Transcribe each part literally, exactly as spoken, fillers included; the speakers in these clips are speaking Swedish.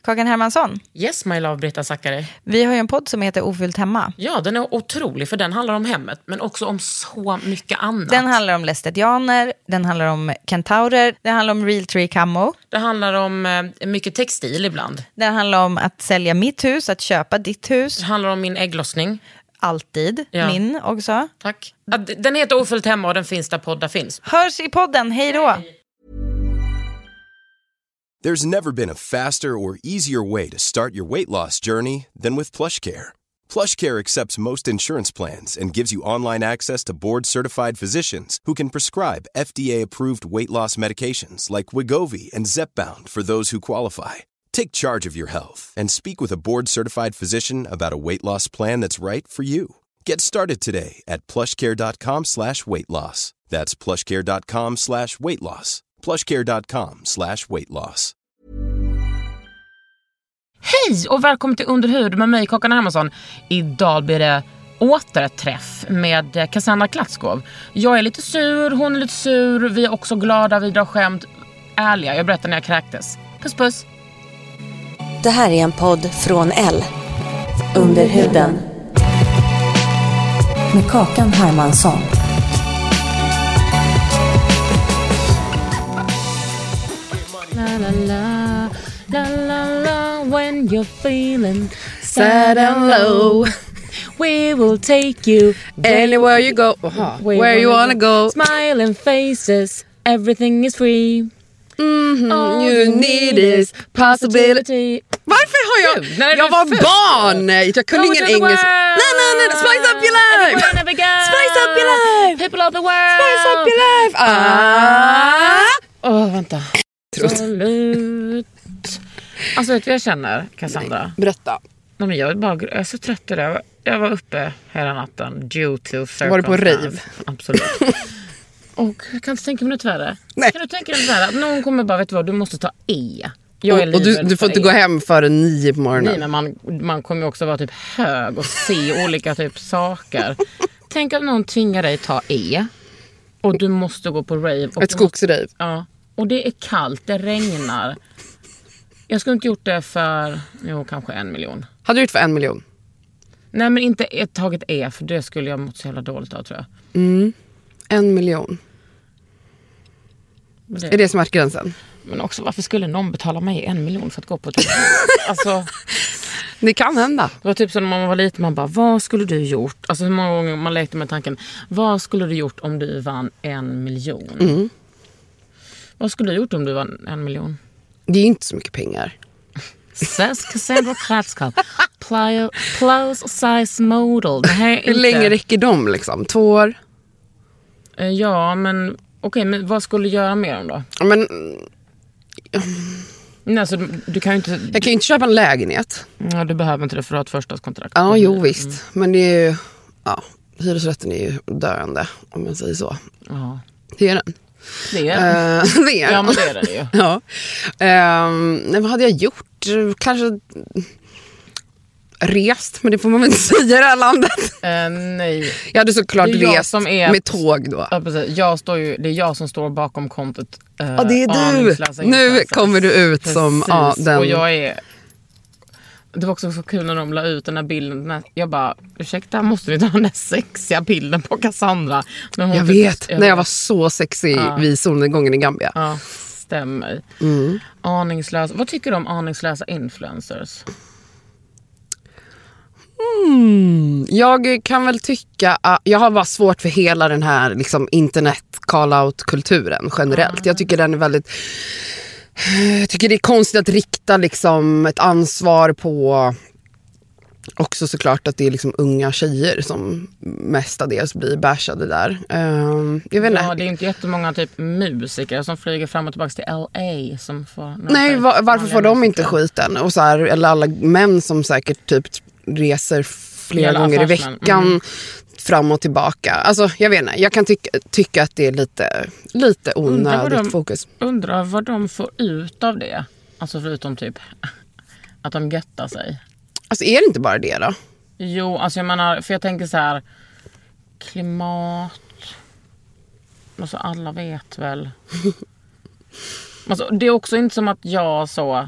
Kakan Hermansson. Yes, my love, Britta Zackari. Vi har ju en podd som heter Ofyllt hemma. Ja, den är otrolig för den handlar om hemmet, men också om så mycket annat. Den handlar om lästetianer, den handlar om kentaurer, den handlar om real tree camo. Det handlar om eh, mycket textil ibland. Den handlar om att sälja mitt hus, att köpa ditt hus. Det handlar om min ägglossning. Alltid, ja. Min också. Tack. Den heter Ofyllt hemma och den finns där poddar finns. Hörs i podden, hej då! There's never been a faster or easier way to start your weight loss journey than with PlushCare. PlushCare accepts most insurance plans and gives you online access to board-certified physicians who can prescribe F D A-approved weight loss medications like Wegovy and Zepbound for those who qualify. Take charge of your health and speak with a board-certified physician about a weight loss plan that's right for you. Get started today at plushcare.com slash weight loss. That's plushcare.com slash weight loss. plushcare.com slash weight loss. Hej och välkommen till Underhud med mig, Kakan Hermansson. Idag blir det återträff med Cassandra Klatskov. Jag är lite sur, hon är lite sur. Vi är också glada, vi drar skämt. Ärliga, jag berättar när jag kräktes. Puss puss. Det här är en podd från L. Underhuden. Med Kakan Hermansson. La la la, la la la, when you're feeling sad and low, we will take you anywhere you go. Aha. Where, where you wanna go. go. Smiling faces, everything is free. Mm-hmm. All you need is possibility. Varför har jag... Du, när jag var född. barn. Jag kunde ingen engelska. Nej, nej, nej. Spice up your life. Spice up your life. People of the world. Spice up your life. Ah. Åh, oh, vänta. Absolut. Alltså vet du vad jag känner, Cassandra? Nej, berätta. Nej, men jag, är bara, jag är så trött i det. Jag var uppe hela natten due to circumstance. Var du på rave? Absolut. Och jag kan inte tänka mig något värre. Nej. Kan du tänka dig något värre? Att någon kommer bara, vet du vad, du måste ta E. Jag är och och du, du får inte e. gå hem före nio på morgonen. Nej, men man, man kommer ju också vara typ hög och se olika typ saker. Tänk att någon tvingar dig ta E. Och du måste gå på rave. Och Ett skogsrave. Ja. Och det är kallt, det regnar. Jag skulle inte gjort det för, jo, kanske en miljon. Hade du gjort för en miljon? Nej, men inte ett taget E, för det skulle jag mått så jävla dåligt av, tror jag. Mm. En miljon. Det. Är det smärtgränsen? Men också, varför skulle någon betala mig en miljon för att gå på ett alltså, det kan hända. Det var typ som när man var liten, man bara, vad skulle du gjort? Alltså hur många gånger man lekte med tanken, vad skulle du gjort om du vann en miljon? Mm. Vad skulle du gjort om du vann en miljon? Det är inte så mycket pengar. Says Cassandra Klatskov. Plus size model. Det här är inte... Hur länge räcker de liksom? Två år? Ja, men okej, okay, men vad skulle du göra med dem då? Men... Nej, alltså, du, du kan ju inte... Jag kan ju inte köpa en lägenhet. Ja, du behöver inte det för att ha ett förstadskontrakt. Ja, jo visst. Mm. Men det är ju... Ja, hyresrätten är ju döende, om man säger så. Ja. Det är den. Det är den. Uh, det är ja, men det är den ju. Ja. Um, nej, vad hade jag gjort? Kanske... Rest, men det får man väl inte säga i det här landet. Uh, nej. Jag hade såklart rest som är, med tåg då. Ja, precis. Jag står ju, det är jag som står bakom kontot. Uh, ja, det är du. Nu kommer du ut precis. Som ja, den. Och jag är... Det var också så kul när de la ut den här bilden. Den här, jag bara, ursäkta, måste vi ta den där sexiga bilden på Cassandra? Jag typ, vet, jag när jag var så sexig ja. vid solnedgången i Gambia. Ja, stämmer. Mm. Aningslösa. Vad tycker du om aningslösa influencers? Mm, jag kan väl tycka att jag har bara svårt för hela den här liksom, internet call-out-kulturen generellt. Mm. Jag tycker den är väldigt... Jag tycker det är konstigt att rikta liksom, ett ansvar på... Också såklart att det är liksom unga tjejer som mestadels blir bashade där. Um, jag vet ja, inte. det är inte jättemånga typ musiker som flyger fram och tillbaka till L A som får... Nej, var, varför får de inte skiten? Och så här, eller alla män som säkert typ reser flera gånger i veckan mm. fram och tillbaka. Alltså, jag vet inte. Jag kan tycka, tycka att det är lite, lite onödigt undrar de, fokus. Undrar vad de får ut av det. Alltså förutom typ att de göttar sig. Alltså är det inte bara det då? Jo, alltså jag menar, för jag tänker så här, klimat, alltså alla vet väl. Alltså, det är också inte som att jag så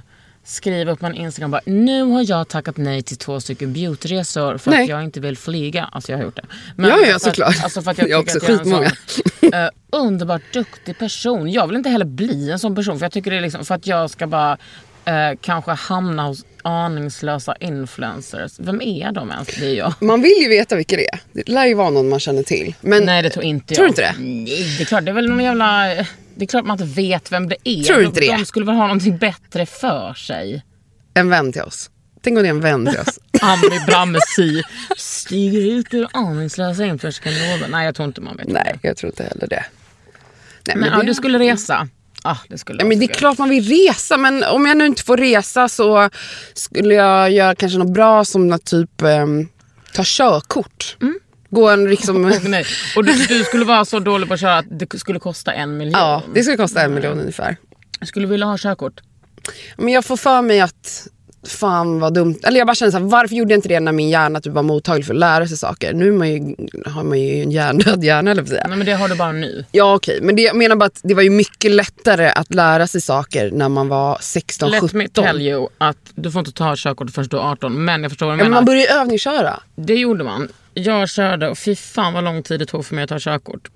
skriva upp på en Instagram bara, nu har jag tackat nej till två stycken beautyresor för nej. att jag inte vill flyga. Alltså jag har gjort det. Men ja, ja, såklart. Alltså för att jag, jag tycker att jag är en sån uh, underbart duktig person. Jag vill inte heller bli en sån person, för jag tycker det är liksom, för att jag ska bara uh, kanske hamna hos aningslösa influencers. Vem är de ens? Det är jag. Man vill ju veta vilka det är. Det lär ju vara någon man känner till. Men nej, det tror inte jag. Tror du inte det? Nej, det är klart. Det är väl någon jävla... Det är klart man inte vet vem det är. Tror du inte de, det? De skulle väl ha någonting bättre för sig. En vän till oss. Tänk om det är en vän till oss. Amri Brammesi stiger ut ur aningslösa influencer. Nej, jag tror inte man vet. Nej, jag tror inte heller det. Nej, men men ja, det... du skulle resa. Ah, det skulle ja, men det är klart man vill resa, men om jag nu inte får resa så skulle jag göra kanske något bra som att typ um, ta körkort. Mm. Gå en liksom... oh, nej. Och du, du skulle vara så dålig på att köra att det skulle kosta en miljon. Ja, det skulle kosta en miljon ungefär. Jag skulle vilja ha körkort. Men jag får för mig att fan vad dumt. Eller jag bara känner så här, varför gjorde jag inte det när min hjärna typ var mottaglig för att lära sig saker? Nu man ju, har man ju en hjärndöd hjärna, eller vad säga. Nej, men det har du bara nu. Ja, okej. Men det, jag menar bara att det var ju mycket lättare att lära sig saker när man var sexton sjutton. Let me tell you att du får inte ta körkort förrän du är arton. Men jag förstår vad du ja, menar. Men man började ju övningsköra. Det gjorde man. Jag körde och fy fan vad lång tid det tog för mig att ta körkort.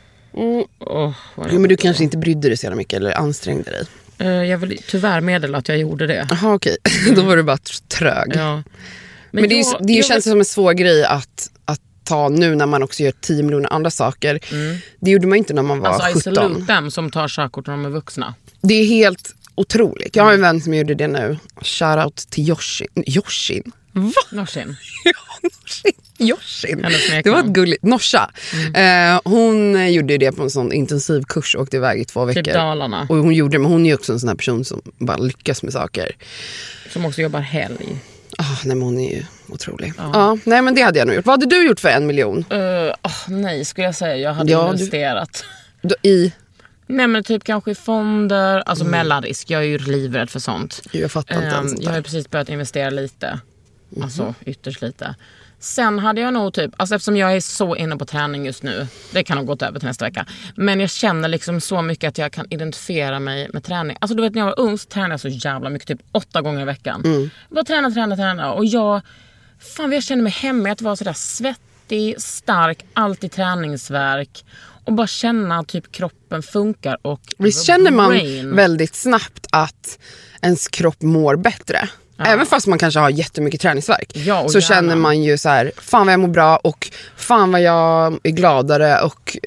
Mm. Oh, ja, men du kanske inte brydde dig så mycket eller ansträngde dig. Jag vill tyvärr meddela att jag gjorde det. Jaha, okej. Mm. Då var du bara trög. Ja. Men, men det, är, jag, det är ju jag känns vill... som en svår grej att, att ta nu när man också gör tio miljoner andra saker. Mm. Det gjorde man inte när man var alltså, sjutton. Alltså I salute dem som tar körkort när de är vuxna. Det är helt otroligt. Jag har en vän som gjorde det nu. Shoutout till Yoshin. Yoshin? Va? Norsin. Ja, Norsin. Yoshin. Det var ett gulligt. Norsa. Mm. Eh, hon gjorde det på en sån intensiv kurs och åkte iväg i två veckor. Typ Dalarna. Och hon gjorde det, men hon är ju också en sån här person som bara lyckas med saker. Som också jobbar helg. Ah, nej, men hon är ju otrolig. Ja. Ah, nej, men det hade jag nog gjort. Vad hade du gjort för en miljon? Uh, oh, nej, skulle jag säga. Jag hade ja, investerat. Du, du, I? Nej, men typ kanske i fonder. Alltså mm. mellanrisk. Jag är ju livrädd för sånt. Jag fattar inte um, ens sånt där. Jag har precis börjat investera lite. Mm-hmm. Alltså ytterst lite. Sen hade jag nog typ, alltså eftersom jag är så inne på träning just nu, det kan nog gått över till nästa vecka, men jag känner liksom så mycket att jag kan identifiera mig med träning. Alltså du vet, när jag var ung så tränade jag så jävla mycket, typ åtta gånger i veckan. Mm. Jag bara träna, träna, träna. Och jag, fan jag kände mig hemma att vara sådär svettig, stark, alltid träningsverk. Och bara känna att typ kroppen funkar. Och visst känner man brain. väldigt snabbt att ens kropp mår bättre. Ja. Även fast man kanske har jättemycket träningsverk ja, så gärna. Känner man ju så här, fan vad jag mår bra och fan vad jag är gladare och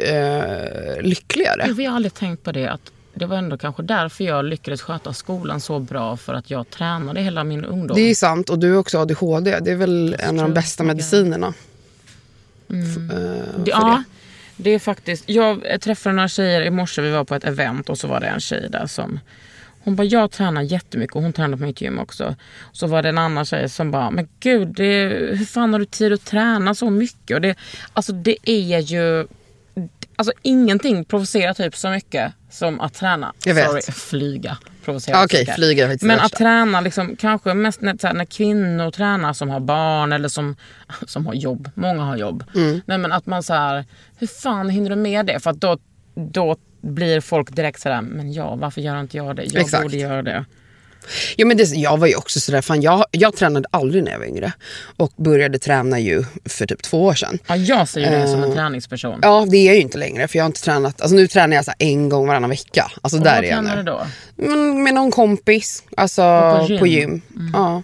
eh, lyckligare. Jag har aldrig tänkt på det, att det var ändå kanske därför jag lyckades sköta skolan så bra, för att jag tränade hela min ungdom. Det är sant, och du är också A D H D. Det är väl en av de bästa medicinerna. Mm. F- äh, det, ja, det. det är faktiskt, jag träffade några tjejer i morse, vi var på ett event och så var det en tjej där som hon bara, jag tränar jättemycket och hon tränar på mitt gym också. Så var det en annan tjej som bara, men gud, det, hur fan har du tid att träna så mycket? Och det, alltså det är ju, alltså ingenting provocerar typ så mycket som att träna. Jag vet. Sorry, flyga provocerar. Okej, okay, flyga är faktiskt men värsta. Att träna liksom, kanske mest när, här, när kvinnor tränar som har barn eller som, som har jobb. Många har jobb. Mm. Nej, men att man så här, hur fan hinner du med det? För att då, då blir folk direkt sådär, men ja, varför gör inte jag det? Jag Exakt. borde göra det. Ja, men det, jag var ju också sådär, fan, jag, jag tränade aldrig när jag var yngre och började träna ju för typ två år sedan. Ja, jag ser ju uh, det som en träningsperson. Ja, det är jag ju inte längre, för jag har inte tränat, alltså nu tränar jag så en gång varannan vecka. Alltså och där vad är jag tränar du då? Men, med någon kompis, alltså på gym. På gym. Mm. Ja.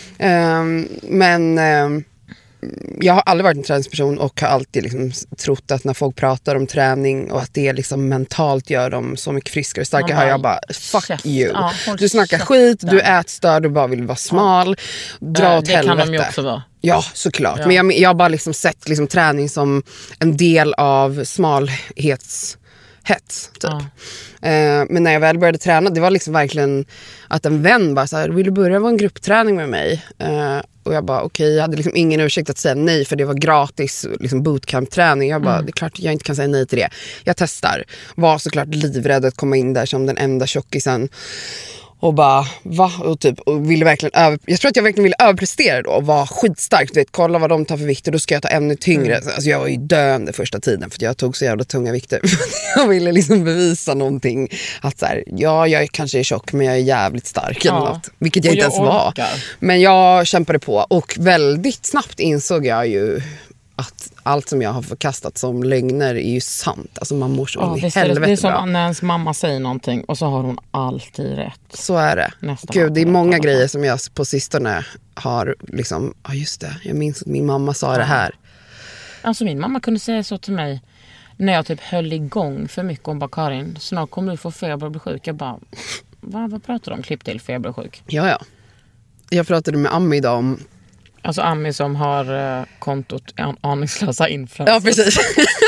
Um, men um, jag har aldrig varit en träningsperson och har alltid liksom trott att när folk pratar om träning och att det liksom mentalt gör dem så mycket friskare och starkare, har jag bara, fuck käft. you. Ja, du snackar skit, du äter störd, du bara vill vara smal. Dra äh, åt det helvete. Det kan de ju också vara. Ja, såklart. Ja. Men jag, jag har bara liksom sett liksom träning som en del av smalhets... hets, typ. Ja. Eh, men när jag väl började träna, det var liksom verkligen att en vän bara så här, vill du börja vara en gruppträning med mig? Eh, och jag bara, okej, okay. Jag hade liksom ingen ursäkt att säga nej, för det var gratis liksom bootcamp-träning. Jag bara, mm. det är klart jag inte kan säga nej till det. Jag testar. Var såklart livrädd att komma in där som den enda tjockisen. Och bara, va? Och typ, och ville verkligen över, jag tror att jag verkligen ville överprestera då och var skitstark. Du vet, kolla vad de tar för vikter, då ska jag ta ännu tyngre. Mm. Alltså jag var ju döende första tiden för jag tog så jävla tunga vikter. Jag ville liksom bevisa någonting. Att så här, ja, jag kanske är tjock men jag är jävligt stark eller ja. något. Vilket jag, jag inte ens orkar. var. Men jag kämpade på och väldigt snabbt insåg jag ju att allt som jag har förkastat som lögner är ju sant. Alltså man mår så ja, i det helvete är, det är som bra. när ens mamma säger någonting och så har hon alltid rätt. Så är det. Nästan Gud, det är många rätt. grejer som jag på sistone har liksom, ja just det, jag minns att min mamma sa ja. det här. Alltså min mamma kunde säga så till mig när jag typ höll igång för mycket. Hon bara, Karin, snart kommer du få feber och bli sjuk. Jag bara, Va, vad pratar du om? Klipp till feber och sjuk. Ja, ja. Jag pratade med Ami idag om... Alltså Ami som har uh, kontot an- aningslösa influencers. Ja, precis.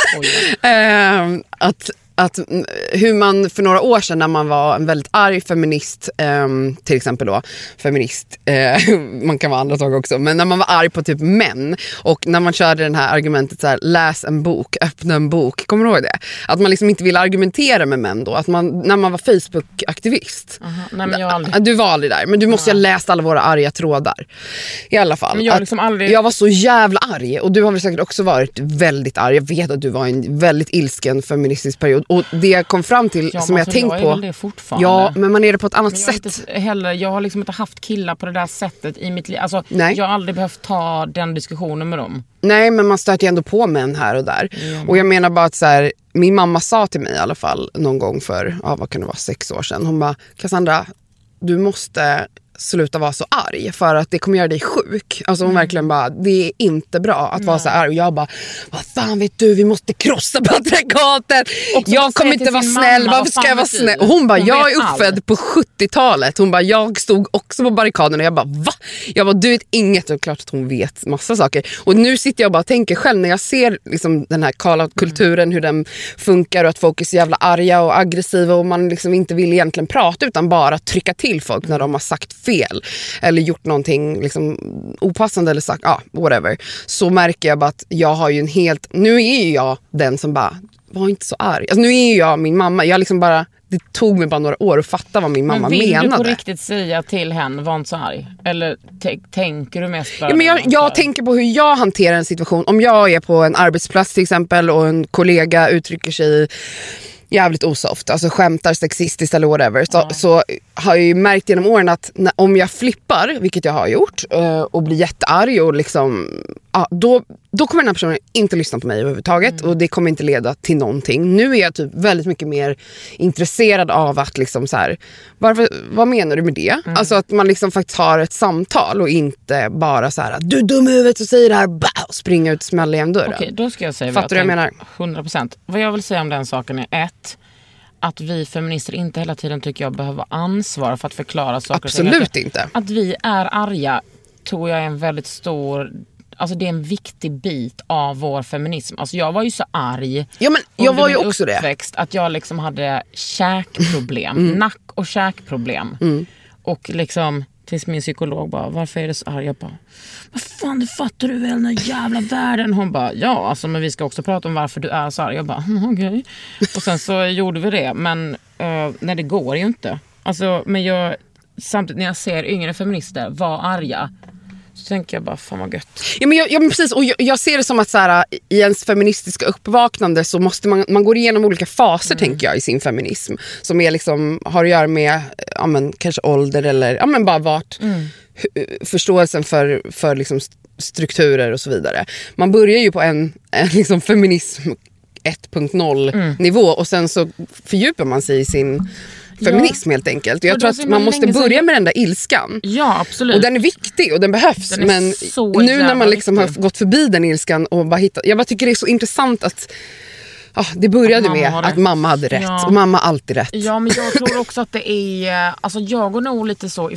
uh, att, att hur man för några år sedan när man var en väldigt arg feminist, um, till exempel då, feminist, uh, man kan vara andra saker också, men när man var arg på typ män och när man körde det här argumentet så här, läs en bok, öppna en bok, kommer du ihåg det? Att man liksom inte ville argumentera med män då, att man, när man var Facebook-aktivist. Uh-huh. Nej, men jag aldrig... Du var aldrig där, men du måste ju ha läst alla våra arga trådar. I alla fall. Men jag, liksom aldrig... jag var så jävla arg och du har väl säkert också varit väldigt arg. Jag vet att du var i en väldigt ilsken feministisk period. Och det jag kom fram till ja, som jag alltså, tänkt jag på... är väl det fortfarande. Ja, men man är det på ett annat men jag sätt. Inte heller, jag har liksom inte haft killar på det där sättet i mitt liv. Alltså, Nej. jag har aldrig behövt ta den diskussionen med dem. Nej, men man stöter ju ändå på män här och där. Mm. Och jag menar bara att så här, min mamma sa till mig i alla fall någon gång för, ja, vad kan det vara, sex år sedan. Hon bara, Cassandra, du måste... sluta vara så arg för att det kommer göra dig sjuk. Alltså hon mm. verkligen bara, det är inte bra att mm. vara så arg. Och jag bara, vad fan vet du, vi måste krossa patriarkatet. Jag kommer inte vara snäll, mamma, varför ska jag vara snäll? Och hon bara, hon jag är uppfödd all. på sjuttiotalet. Hon bara, jag stod också på barrikaden och jag bara, va? Jag bara, du vet inget. Och klart att hon vet massa saker. Och nu sitter jag bara och tänker själv när jag ser liksom den här call-out-kulturen, mm. hur den funkar och att folk är så jävla arga och aggressiva och man liksom inte vill egentligen prata utan bara trycka till folk när de har sagt fel. fel eller gjort någonting liksom opassande eller sagt, ja, whatever, så märker jag bara att jag har ju en helt, nu är ju jag den som bara, var inte så arg. Alltså nu är ju jag min mamma, jag liksom bara, det tog mig bara några år att fatta vad min mamma menade. Men vill menade. du på riktigt säga till henne, var inte så arg? Eller t- tänker du mest bara... Ja, men jag, jag tänker på hur jag hanterar en situation. Om jag är på en arbetsplats till exempel och en kollega uttrycker sig jävligt osoft, alltså skämtar sexistiskt eller whatever, så, ja. så har jag ju märkt genom åren att när, om jag flippar, vilket jag har gjort, uh, och blir jättearg och liksom, uh, då, då kommer den här personen inte lyssna på mig överhuvudtaget, mm. och det kommer inte leda till någonting. Nu är jag typ väldigt mycket mer intresserad av att liksom så här, varför, vad menar du med det? Mm. Alltså att man liksom faktiskt har ett samtal och inte bara så här, du är dum i huvudet och säger det här, bah, och springer ut och smäller igen dörren. Okej, då ska jag säga Fattar vad jag, jag menar? hundra procent. Vad jag vill säga om den saken är ett, att vi feminister inte hela tiden tycker jag behöver ansvar för att förklara saker. Absolut att, inte. Att vi är arga tror jag är en väldigt stor, alltså det är en viktig bit av vår feminism. Alltså jag var ju så arg. Ja, men jag var ju också uppväxt, det. Att jag liksom hade käkproblem, mm. nack- och käkproblem. Mm. Och liksom tills min psykolog bara, varför är det så arg? Jag bara, vad fan, det fattar du väl den här jävla världen? Hon bara, ja, alltså, men vi ska också prata om varför du är så arg. Jag bara, mm, okej. Okay. Och sen så gjorde vi det, men uh, nej, det går ju inte. Alltså, men jag, samtidigt när jag ser yngre feminister vara arga, så tänker jag bara, fan vad gött. Ja, men jag, ja, men precis, och jag, jag ser det som att så här, i ens feministiska uppvaknande så måste man, man går igenom olika faser, mm. tänker jag, i sin feminism. Som är liksom, har att göra med ja, men, kanske ålder eller ja, men bara vart mm. förståelsen för, för liksom strukturer och så vidare. Man börjar ju på en, en liksom feminism ett punkt noll mm. nivå och sen så fördjupar man sig i sin feminism, ja. Helt enkelt. Och jag och tror att man måste börja sedan... med den där ilskan. Ja, absolut. Och den är viktig och den behövs. Den men nu när man liksom har gått förbi den ilskan och bara hittat... Jag bara tycker det är så intressant att ja, det började att med att mamma hade rätt. Ja. Och mamma har alltid rätt. Ja, men jag tror också att det är... Alltså jag går nog lite så i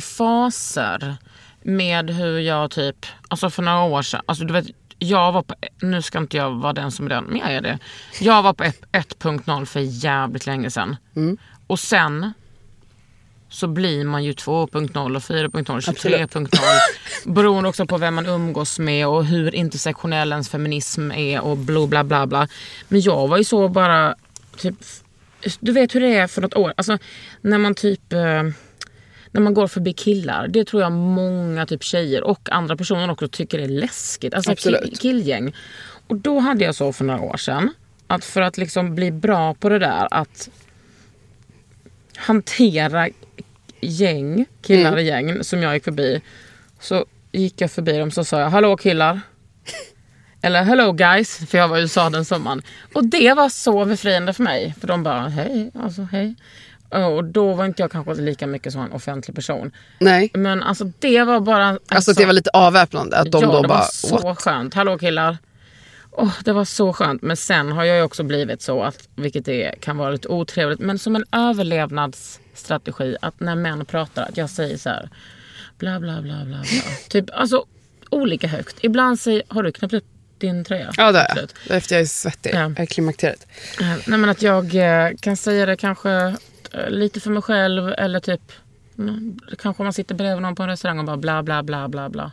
faser med hur jag typ... Alltså för några år sedan... Alltså du vet... Jag var på, nu ska inte jag vara den som är den, men jag är det. Jag var på ett punkt noll för jävligt länge sedan. Mm. Och sen så blir man ju två punkt noll och fyra punkt noll, tjugotre punkt noll. Beroende också på vem man umgås med och hur intersektionell ens feminism är och bla bla bla bla. Men jag var ju så bara typ, du vet hur det är för något år. Alltså när man typ... när man går förbi killar. Det tror jag många typ tjejer och andra personer också tycker är läskigt. Alltså kill- killgäng. Och då hade jag så för några år sedan. Att för att liksom bli bra på det där. Att hantera gäng, killar mm. i gäng som jag gick förbi. Så gick jag förbi dem så sa jag, hallå killar. Eller hello guys, för jag var i U S A den sommaren. Och det var så befriande för mig. För de bara, hej, alltså hej. Och då var inte jag kanske lika mycket som en offentlig person. Nej. Men alltså det var bara... Alltså, alltså det var lite avväpnande att de ja, då det bara... var så what? skönt. Hallå killar. Oh, det var så skönt. Men sen har jag ju också blivit så att, vilket det kan vara lite otrevligt, men som en överlevnadsstrategi att när män pratar, att jag säger så här bla bla bla bla bla. Typ, alltså olika högt. Ibland säger, har du knappt ut din tröja? Ja, det är jag. Efter jag är svettig. Ja. Jag är klimakteriet. Nej, men att jag kan säga det kanske lite för mig själv eller typ kanske man sitter bredvid någon på en restaurang och bara bla bla bla bla bla.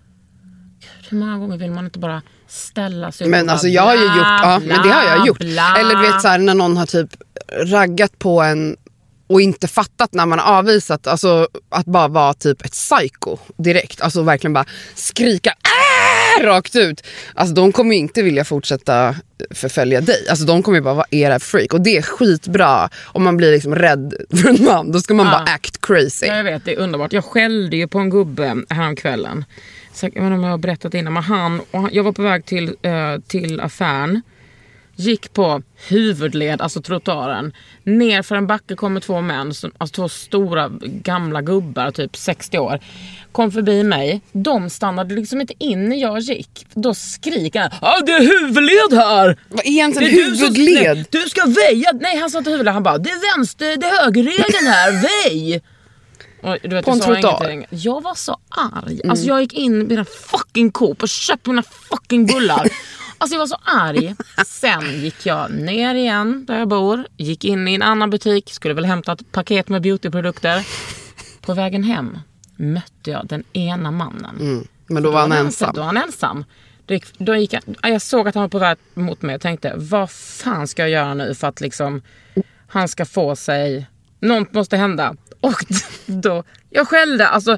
Hur många gånger vill man inte bara ställa sig men och alltså bara, jag har ju bla, gjort ja, bla, men det har jag gjort bla. eller du vet så här, när någon har typ raggat på en och inte fattat när man har avvisat, alltså att bara vara typ ett psycho direkt, alltså verkligen bara skrika äh, rakt ut, alltså de kommer ju inte vilja fortsätta förfölja dig, alltså de kommer ju bara vara era freak och det är skitbra om man blir liksom rädd för en man, då ska man ja. bara act crazy. Ja, jag vet, det är underbart. Jag skällde ju på en gubbe häromkvällen. Så jag vet inte om jag har berättat innan, men han, och han, jag var på väg till, uh, till affären, gick på huvudled, alltså trottoaren, ner för en backe kommer två män, som, alltså två stora gamla gubbar, typ sextio år, kom förbi mig. De stannade liksom inte in när jag gick. Då skriker han, ja det är huvudled här. Vad är egentligen det är huvudled? Du, du ska väja. Nej, han sa inte huvudled, han bara, det är vänster, det är högerregeln här, väj. Och, du vet, på en trottoar. Jag var så arg. Mm. Alltså jag gick in i mina fucking Coop och köpte mina fucking bullar. Alltså jag var så arg. Sen gick jag ner igen där jag bor. Gick in i en annan butik. Skulle väl hämta ett paket med beautyprodukter. På vägen hem mötte jag den ena mannen. Mm. Men då var han ensam. Då var han ensam. Då gick, då gick jag, jag såg att han var på väg mot mig och tänkte, vad fan ska jag göra nu för att liksom han ska få sig, något måste hända. Och då, jag skällde, alltså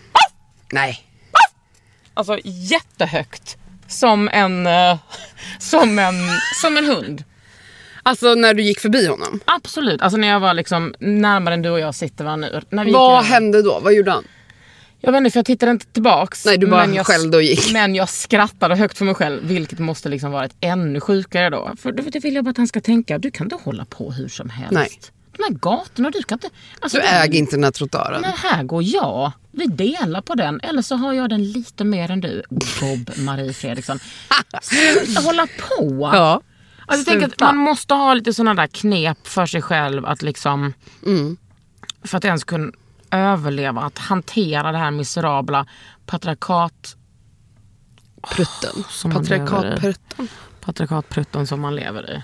nej. Alltså jättehögt. Som en, uh, som en, som en hund. Alltså när du gick förbi honom? Absolut, alltså när jag var liksom närmare än du och jag sitter var nu. När vi vad hände då? Vad gjorde han? Jag vet inte, för jag tittade inte tillbaks. Nej, du bara men jag, skällde och gick. Men jag skrattade högt för mig själv, vilket måste liksom vara ett ännu sjukare då. För då vill jag bara att han ska tänka, du kan inte hålla på hur som helst. Nej. De här gatorna, du kan inte... Alltså, du äger inte den här trottoaren. Men här går jag. Vi delar på den. Eller så har jag den lite mer än du. Bob Marie Fredriksson. Sluta hålla på. Ja. Alltså, jag tänker att man måste ha lite sådana där knep för sig själv. Att liksom... Mm. För att ens kunna överleva. Att hantera det här miserabla patriarkat... Prutten. Oh, Patriarkatprutten. Patriarkatprutten som man lever i.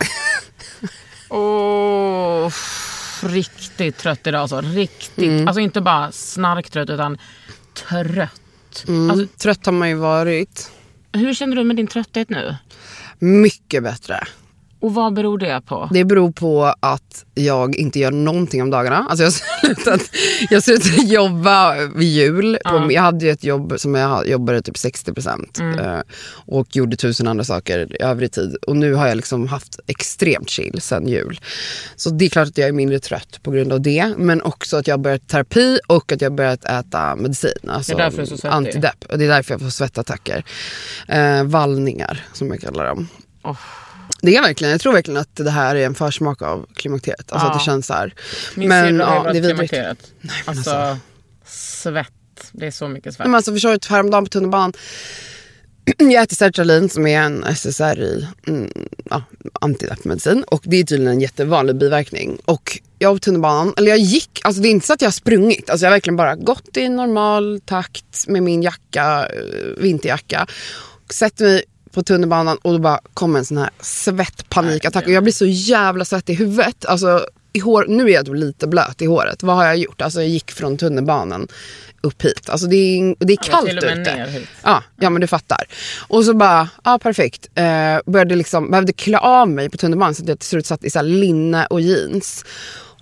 Åh... Oh, riktigt trött idag alltså. Riktigt. Mm. Alltså inte bara snarktrött utan trött. Mm. Alltså, trött har man ju varit. Hur känner du med din trötthet nu? Mycket bättre. Och vad beror det på? Det beror på att jag inte gör någonting om dagarna. Alltså jag slutade, jag slutade jobba vid jul. På, uh. Jag hade ju ett jobb som jag jobbade typ sextio procent. Mm. Eh, och gjorde tusen andra saker i övrig tid. Och nu har jag liksom haft extremt chill sen jul. Så det är klart att jag är mindre trött på grund av det. Men också att jag har börjat terapi och att jag har börjat äta medicin. Alltså det är därför du är så svettig. Antidepp. Och det är därför jag får svettattacker. Eh, vallningar som jag kallar dem. Oh. Det är verkligen, jag tror verkligen att det här är en försmak av klimakteriet. Alltså ja. Att det känns så här. Min men ja, det är vidrigt. Nej, alltså, alltså svett. Det är så mycket svett. Men alltså förstår du, häromdagen på tunnelbanan. Jag äter sertralin som är en S S R I mm, ja, antideppmedicin. Och det är tydligen en jättevanlig biverkning. Och jag på tunnelbanan, eller jag gick, alltså det är inte så att jag har sprungit. Alltså jag har verkligen bara gått i normal takt med min jacka, vinterjacka. Och sett mig på tunnelbanan och då bara kom en sån här svettpanikattack. Och jag blir så jävla svett i huvudet. Alltså i hår, nu är jag lite blöt i håret. Vad har jag gjort? Alltså jag gick från tunnelbanan upp hit. Alltså det är, det är kallt ja, ute. Ja, ja, men du fattar. Och så bara, ja perfekt. Eh, började liksom, behövde klä av mig på tunnelbanan så att jag till slut satt i så här linne och jeans.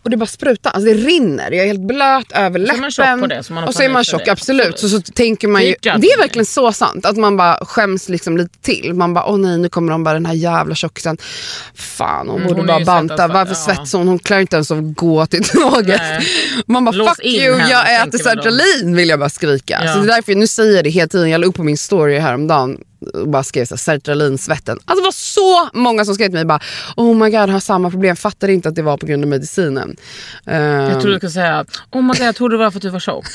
och det bara sprutar, alltså det rinner, jag är helt blöt över läppen så är man tjock på det, så man och så är man tjock, absolut, absolut. Så, så tänker man ju, det är verkligen så sant att man bara skäms liksom lite till, man bara, åh nej, nu kommer de bara den här jävla tjockisen, fan hon mm, borde hon bara banta, varför ja. svets hon, hon klarar inte ens att gå till tåget. Man bara, fuck you, henne, jag äter sertralin, vill jag bara skrika. Ja. Så det är därför, nu säger jag det hela tiden, jag la upp på min story häromdagen och bara skrev så sertralinsvetten. Alltså det var så många som skrev till mig bara, oh my god, har samma problem, fattar inte att det var på grund av medicinen. Um, jag tror du skulle säga, oh my god, jag trodde det var för att du var tjock.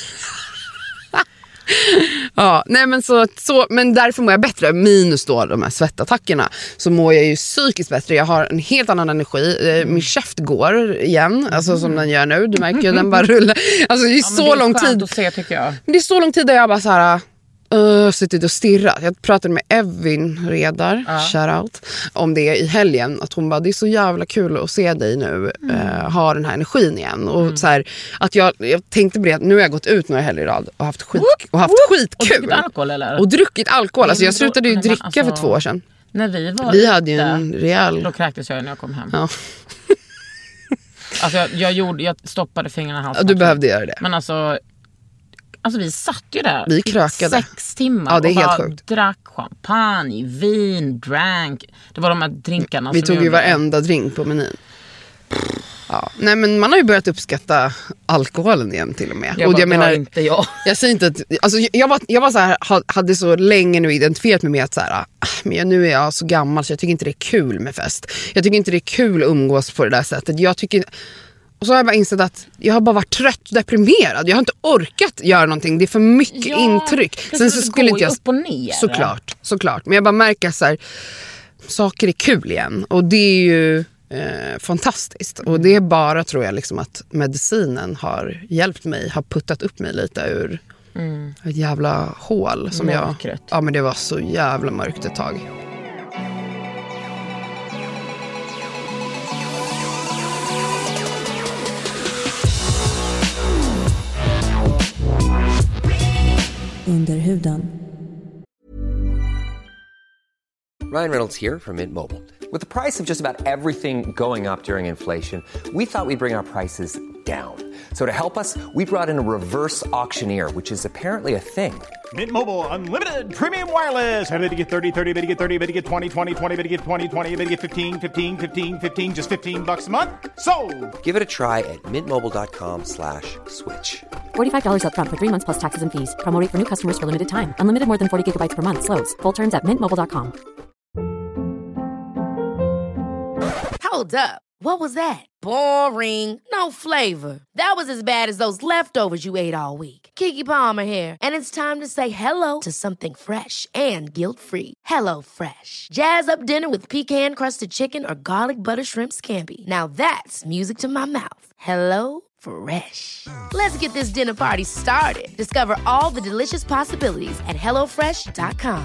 Ja, nej men så, så men därför mår jag bättre, minus då de här svettattackerna, så mår jag ju psykiskt bättre, jag har en helt annan energi, min käft går igen, alltså som den gör nu, du märker ju den bara rullar, alltså det är ja, så det är lång tid att se, tycker jag. Men det är så lång tid där jag bara så här Uh, suttit och stirrat. Jag pratade med Evin Redar, ja. shoutout, om det i helgen, att hon bara, det är så jävla kul att se dig nu mm. uh, ha den här energin igen och mm. så här, att jag, jag tänkte på det, nu har jag gått ut några helger i rad och haft skit och haft skitkul. Och druckit alkohol eller? Och druckit alkohol, alltså jag slutade ju dricka alltså, för två år sedan. När vi var Vi hade ju en rejäl... Då kräktes jag när jag kom hem. Ja. Alltså jag, jag gjorde, jag stoppade fingrarna i halsen. Ja, du behövde göra det. Men alltså Alltså vi satt ju där vi krökade. sex timmar ja, det är och helt bara sjukt. Drack champagne, vin, drank. Det var de här drinkarna vi som tog ju varenda drink på menyn. Ja. Nej, men man har ju börjat uppskatta alkoholen igen till och med. Jag och bara, jag menar, inte jag. Jag säger inte att, alltså jag var, jag var så här, hade så länge nu identifierat mig med att så här, men nu är jag så gammal så jag tycker inte det är kul med fest. Jag tycker inte det är kul att umgås på det där sättet. Jag tycker... Och så har jag bara insett att jag har bara varit trött och deprimerad. Jag har inte orkat göra någonting. Det är för mycket ja, intryck. Sen så skulle inte jag... upp och ner. Såklart, såklart. Men jag bara märker så här, saker är kul igen. Och det är ju eh, fantastiskt. Och det är bara, tror jag, liksom att medicinen har hjälpt mig. Har puttat upp mig lite ur mm. ett jävla hål. Som jag, ja, men det var så jävla mörkt ett tag. Under huden. Ryan Reynolds here from Mint Mobile. With the price of just about everything going up during inflation, we thought we'd bring our prices down. So to help us, we brought in a reverse auctioneer, which is apparently a thing. Mint Mobile Unlimited Premium Wireless. How to get thirty, thirty, how to get thirty, how to get twenty, twenty, twenty, how to get twenty, twenty, how to get fifteen, fifteen, fifteen, fifteen, just fifteen bucks a month? Sold! Give it a try at mintmobile.com slash switch. forty-five dollars up front for three months plus taxes and fees. Promo rate for new customers for limited time. Unlimited more than forty gigabytes per month. Slows full terms at mint mobile dot com. Hold up. What was that? Boring. No flavor. That was as bad as those leftovers you ate all week. Keke Palmer here, and it's time to say hello to something fresh and guilt-free. Hello Fresh. Jazz up dinner with pecan-crusted chicken or garlic butter shrimp scampi. Now that's music to my mouth. Hello Fresh. Let's get this dinner party started. Discover all the delicious possibilities at hello fresh dot com.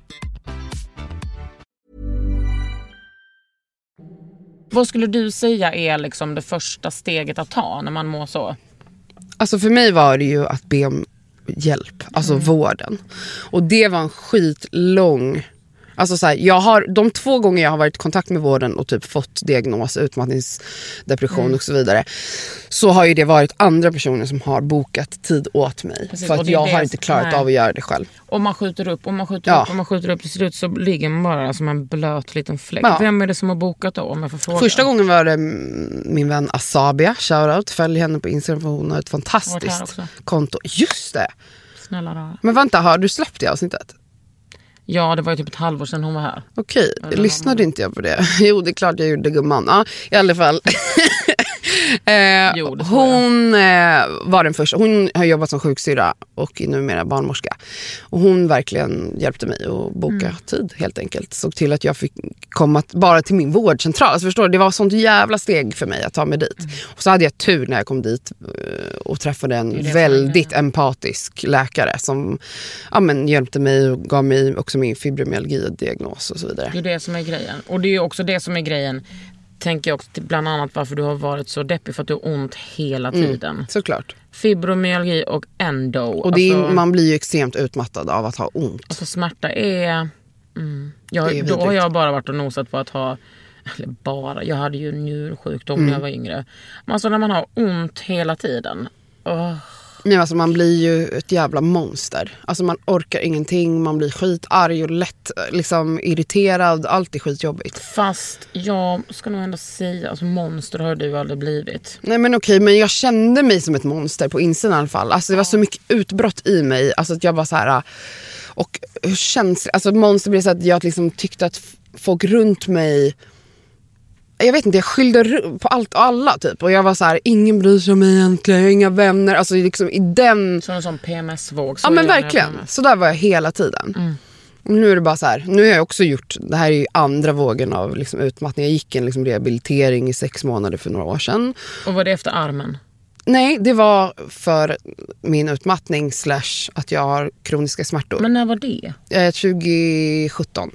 Vad skulle du säga är liksom det första steget att ta när man mår så? Alltså för mig var det ju att be om hjälp, alltså mm. vården. Och det var en skitlång... Alltså så här, jag har, de två gånger jag har varit i kontakt med vården och typ fått diagnos, utmattningsdepression mm. och så vidare, så har ju det varit andra personer som har bokat tid åt mig. Precis, för att jag har inte klarat nej. av att göra det själv. Om man skjuter upp, om man skjuter ja. upp, om man skjuter upp till slut så ligger man bara som en blöt liten fläck. Ja. Vem är det som har bokat då, om jag får fråga? Första gången var det min vän Asabia, shoutout, följ henne på Instagram för hon har ett fantastiskt konto. Just det! Snälla rara. Men vänta, har du släppt det avsnittet? Ja, det var ju typ ett halvår sedan hon var här. Okej, lyssnade inte jag på det? Jo, det är klart jag gjorde, gumman. Ja, i alla fall. eh, jo, hon eh, var den första. Hon har jobbat som sjuksyra och är numera barnmorska. Och hon verkligen hjälpte mig att boka mm. tid helt enkelt. Såg till att jag fick komma bara till min vårdcentral. Alltså, förstår du, det var sånt jävla steg för mig att ta mig dit. Mm. Och så hade jag tur när jag kom dit och träffade en det det väldigt empatisk läkare som ja, men, hjälpte mig och gav mig också min fibromyalgi-diagnos och så vidare. Det är det som är grejen. Och det är också det som är grejen, tänker jag också, bland annat varför du har varit så deppig, för att du har ont hela tiden. Mm, såklart. Fibromyalgi och endo. Och det är, alltså, man blir ju extremt utmattad av att ha ont. Alltså smärta är... Mm, jag, är då har jag bara varit och nosat på att ha eller bara, jag hade ju njursjukdom Mm. när jag var yngre. Men alltså när man har ont hela tiden. Oh. Nej, alltså man blir ju ett jävla monster. Alltså man orkar ingenting, man blir skitarg och lätt liksom irriterad, allt är skitjobbigt. Fast jag ska nog ändå säga, alltså monster har du aldrig blivit. Nej men okej, men jag kände mig som ett monster på insidan i alla fall. Alltså det var så mycket utbrott i mig, alltså att jag var så här. Och hur känns alltså monster blev så att jag liksom tyckte att folk runt mig, jag vet inte, jag skyllde på allt och alla typ. Och jag var så här, ingen bryr sig om mig egentligen, jag har inga vänner. Alltså liksom i den... Som en sån P M S-våg. Ja men verkligen, så där var jag hela tiden. Mm. Och nu är det bara så här, nu har jag också gjort, det här är ju andra vågen av liksom utmattning. Jag gick en liksom rehabilitering i sex månader för några år sedan. Och var det efter armen? Nej, det var för min utmattning slash att jag har kroniska smärtor. Men när var det? Eh, tjugo sjutton.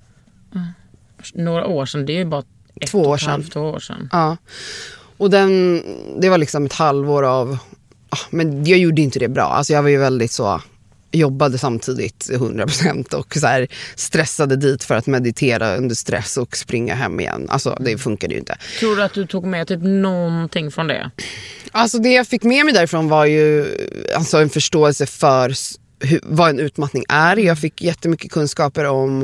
Mm. Några år sedan, det är ju bara ett två år och ett sedan. halvt två år sedan. Ja. Och den, det var liksom ett halvår av, ah, men jag gjorde inte det bra. Alltså jag var ju väldigt så, jobbade samtidigt hundra procent och så här stressade dit för att meditera under stress och springa hem igen. Alltså det funkade ju inte. Tror du att du tog med typ någonting från det? Alltså det jag fick med mig därifrån var ju alltså en förståelse för hur, vad en utmattning är. Jag fick jättemycket kunskaper om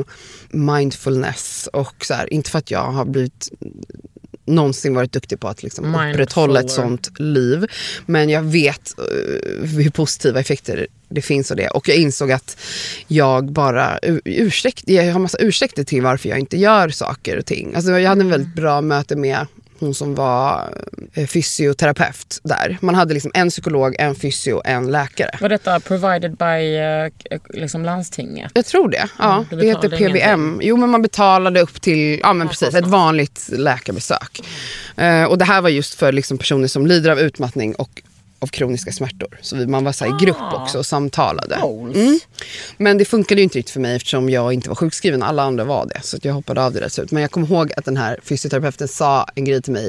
mindfulness och så här, inte för att jag har blivit någonsin varit duktig på att liksom upprätthålla ett sånt liv, men jag vet uh, hur positiva effekter det finns av det, och jag insåg att jag bara ursäkt, jag har massa ursäkter till varför jag inte gör saker och ting. Alltså jag hade en väldigt bra möte med hon som var fysioterapeut där. Man hade liksom en psykolog, en fysio, en läkare. Var detta provided by uh, liksom landstinget? Jag tror det. Ja, Mm, det heter P B M. ingenting. Jo, men man betalade upp till, ja men Ja, precis, kostnad. ett vanligt läkarbesök. Uh, och det här var just för liksom personer som lider av utmattning och av kroniska smärtor. Så vi, man var så här i grupp också och samtalade. Mm. Men det funkade ju inte riktigt för mig eftersom jag inte var sjukskriven. Alla andra var det. Så att jag hoppade av det rätt ut. Men jag kommer ihåg att den här fysioterapeuten sa en grej till mig.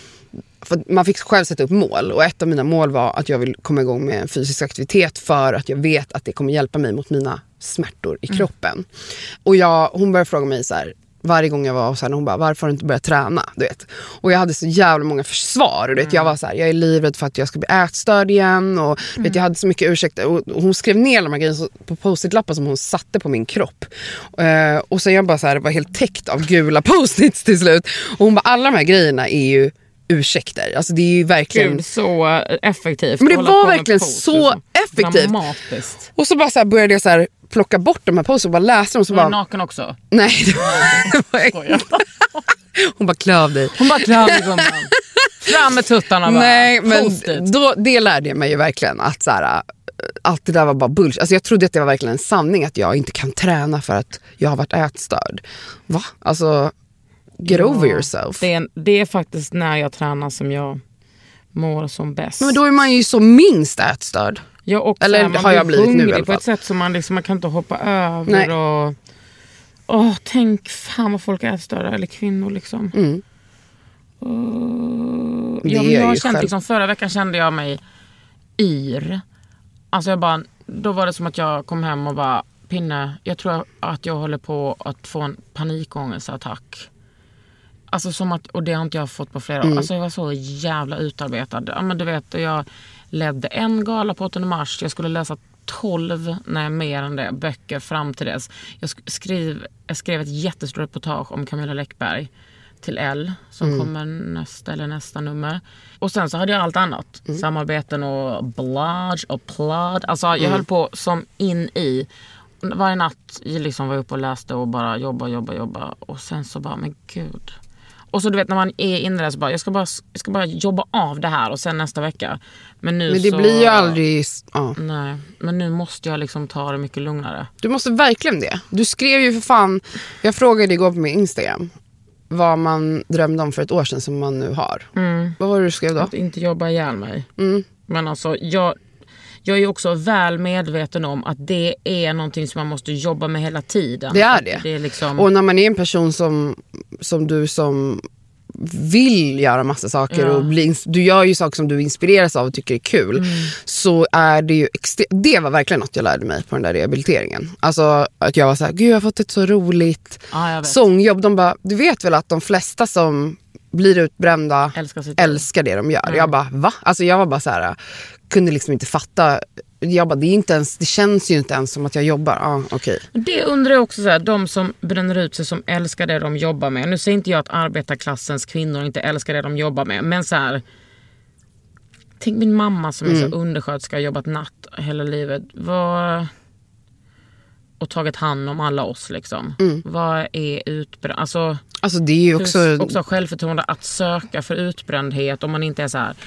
För man fick själv sätta upp mål. Och ett av mina mål var att jag vill komma igång med en fysisk aktivitet. För att jag vet att det kommer hjälpa mig mot mina smärtor i kroppen. Mm. Och jag, hon började fråga mig så här. Varje gång jag var och så här, hon bara, varför har du inte börjat träna? Du vet. Och jag hade så jävla många försvar. Du vet. Jag var så här, jag är livrädd för att jag ska bli ätstörd igen. Och mm. vet, jag hade så mycket ursäkter. Och, och hon skrev ner de här grejerna på post-it-lappar som hon satte på min kropp. Uh, och så jag bara så här, var helt täckt av gula post-its till slut. Och hon bara, alla de här grejerna är ju ursäkter. Alltså det är ju verkligen... Gud, så effektivt. Men det var verkligen så effektivt. Dramatiskt. Och så bara så här började jag så här plocka bort de här posterna och bara läsa dem. Så var bara... du naken också? Nej, det var... Hon bara klöv dig. Hon bara klöv dig, gumman. Fram med tuttarna bara. Nej, men Post-it. då, det lärde jag mig ju verkligen att så här, allt det där var bara bullshit. Alltså jag trodde att det var verkligen en sanning att jag inte kan träna för att jag har varit ätstörd. Va? Alltså... Get ja, over yourself. Det är, det är faktiskt när jag tränar som jag mår som bäst. Men då är man ju så minst ätstörd. Ja, och eller man har jag blivit nu i alla på fall. ett sätt som man liksom, man kan inte hoppa över. Nej. Och åh, tänk fan vad folk är ätstörda, eller kvinnor liksom. Mm. Uh, det ja, är jag har ju känt själv. liksom, förra veckan kände jag mig yr. Alltså jag bara, då var det som att jag kom hem och bara, Pinne, jag tror att jag håller på att få en panikångestattack. Alltså som att, och det har inte jag fått på flera år. Mm. Alltså jag var så jävla utarbetad. Ja men du vet, jag ledde en gala på åttonde mars. Jag skulle läsa tolv, nej mer än det, böcker fram till dess. Jag skrev, jag skrev ett jättestort reportage om Camilla Läckberg till L som mm. kommer nästa eller nästa nummer. Och sen så hade jag allt annat. Mm. Samarbeten och blog och plod. Alltså jag mm. höll på som in i. Varje natt jag liksom var uppe och läste och bara jobba, jobba, jobba. Och sen så bara, men gud. Och så du vet när man är inne där så bara, jag ska bara, jag ska bara jobba av det här och sen nästa vecka. Men nu Men det så, blir ju aldrig... Ja. Nej, men nu måste jag liksom ta det mycket lugnare. Du måste verkligen det. Du skrev ju för fan... Jag frågade igår på min Instagram vad man drömde om för ett år sedan som man nu har. Mm. Vad var det du skrev då? Att inte jobba ihjäl mig. Mm. Men alltså, jag... Jag är också väl medveten om att det är någonting som man måste jobba med hela tiden. Det är det. det är liksom... Och när man är en person som, som du som vill göra massa saker, ja. och bli, du gör ju saker som du inspireras av och tycker är kul, mm. så är det ju extre- det var verkligen något jag lärde mig på den där rehabiliteringen. Alltså att jag var så här, gud jag har fått ett så roligt ah, sångjobb. De bara, du vet väl att de flesta som blir utbrända älskar, älskar det de gör. Mm. Jag bara, va? Alltså jag var bara så här, kunde liksom inte fatta. Jag bara, det är inte ens, det känns ju inte ens som att jag jobbar. Ja, okej. Det undrar jag också så här, de som bränner ut sig, som älskar det de jobbar med. Nu säger inte jag att arbetarklassens kvinnor inte älskar det de jobbar med, men så här, tänk min mamma som mm. är så undersköterska, har jobbat natt hela livet. Vad och tagit hand om alla oss liksom. Mm. Vad är utbränd? Alltså, alltså det är ju också också självförtroende att söka för utbrändhet om man inte är så här,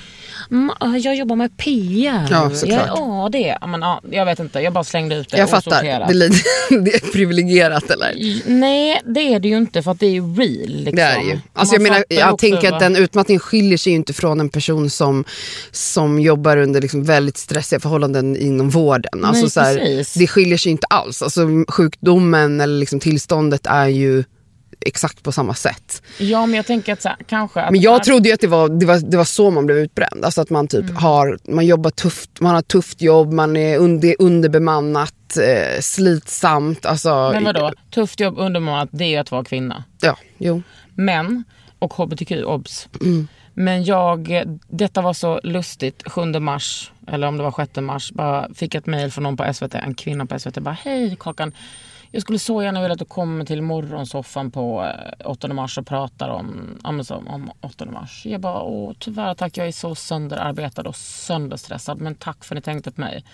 jag jobbar med P R. Ja, såklart. Ja, det. Men, ja, jag vet inte, jag bara slängde ut det. Jag fattar. Det är, lite, det är privilegierat eller? Nej, det är det ju inte, för att det är ju real liksom. Det är ju. Alltså jag menar, jag tänker att den utmattningen skiljer sig ju inte från en person som som jobbar under liksom väldigt stressiga förhållanden inom vården. Alltså nej, så här, det skiljer sig inte alls. Alltså sjukdomen eller liksom tillståndet är ju exakt på samma sätt. Ja, men jag tänker att så här, kanske att men jag trodde ju att det var, det var det var så man blev utbränd. Alltså att man typ mm. har man jobbar tufft, man har ett tufft jobb, man är under, underbemannat, eh, slitsamt, alltså. Men vadå? Tufft jobb, underbemannat, det är ju att vara kvinna. Ja, jo. Men och H B T Q obs. Mm. Men jag, detta var så lustigt, sjunde mars eller om det var sjätte mars, bara fick ett mejl från någon på S V T, en kvinna på S V T, bara hej Kakan, jag skulle så gärna vilja att du kommer till morgonsoffan på åttonde mars och pratar om, om, om åttonde mars. Jag bara, åh tyvärr tack, jag är så sönderarbetad och sönderstressad, men tack för att ni tänkte på mig.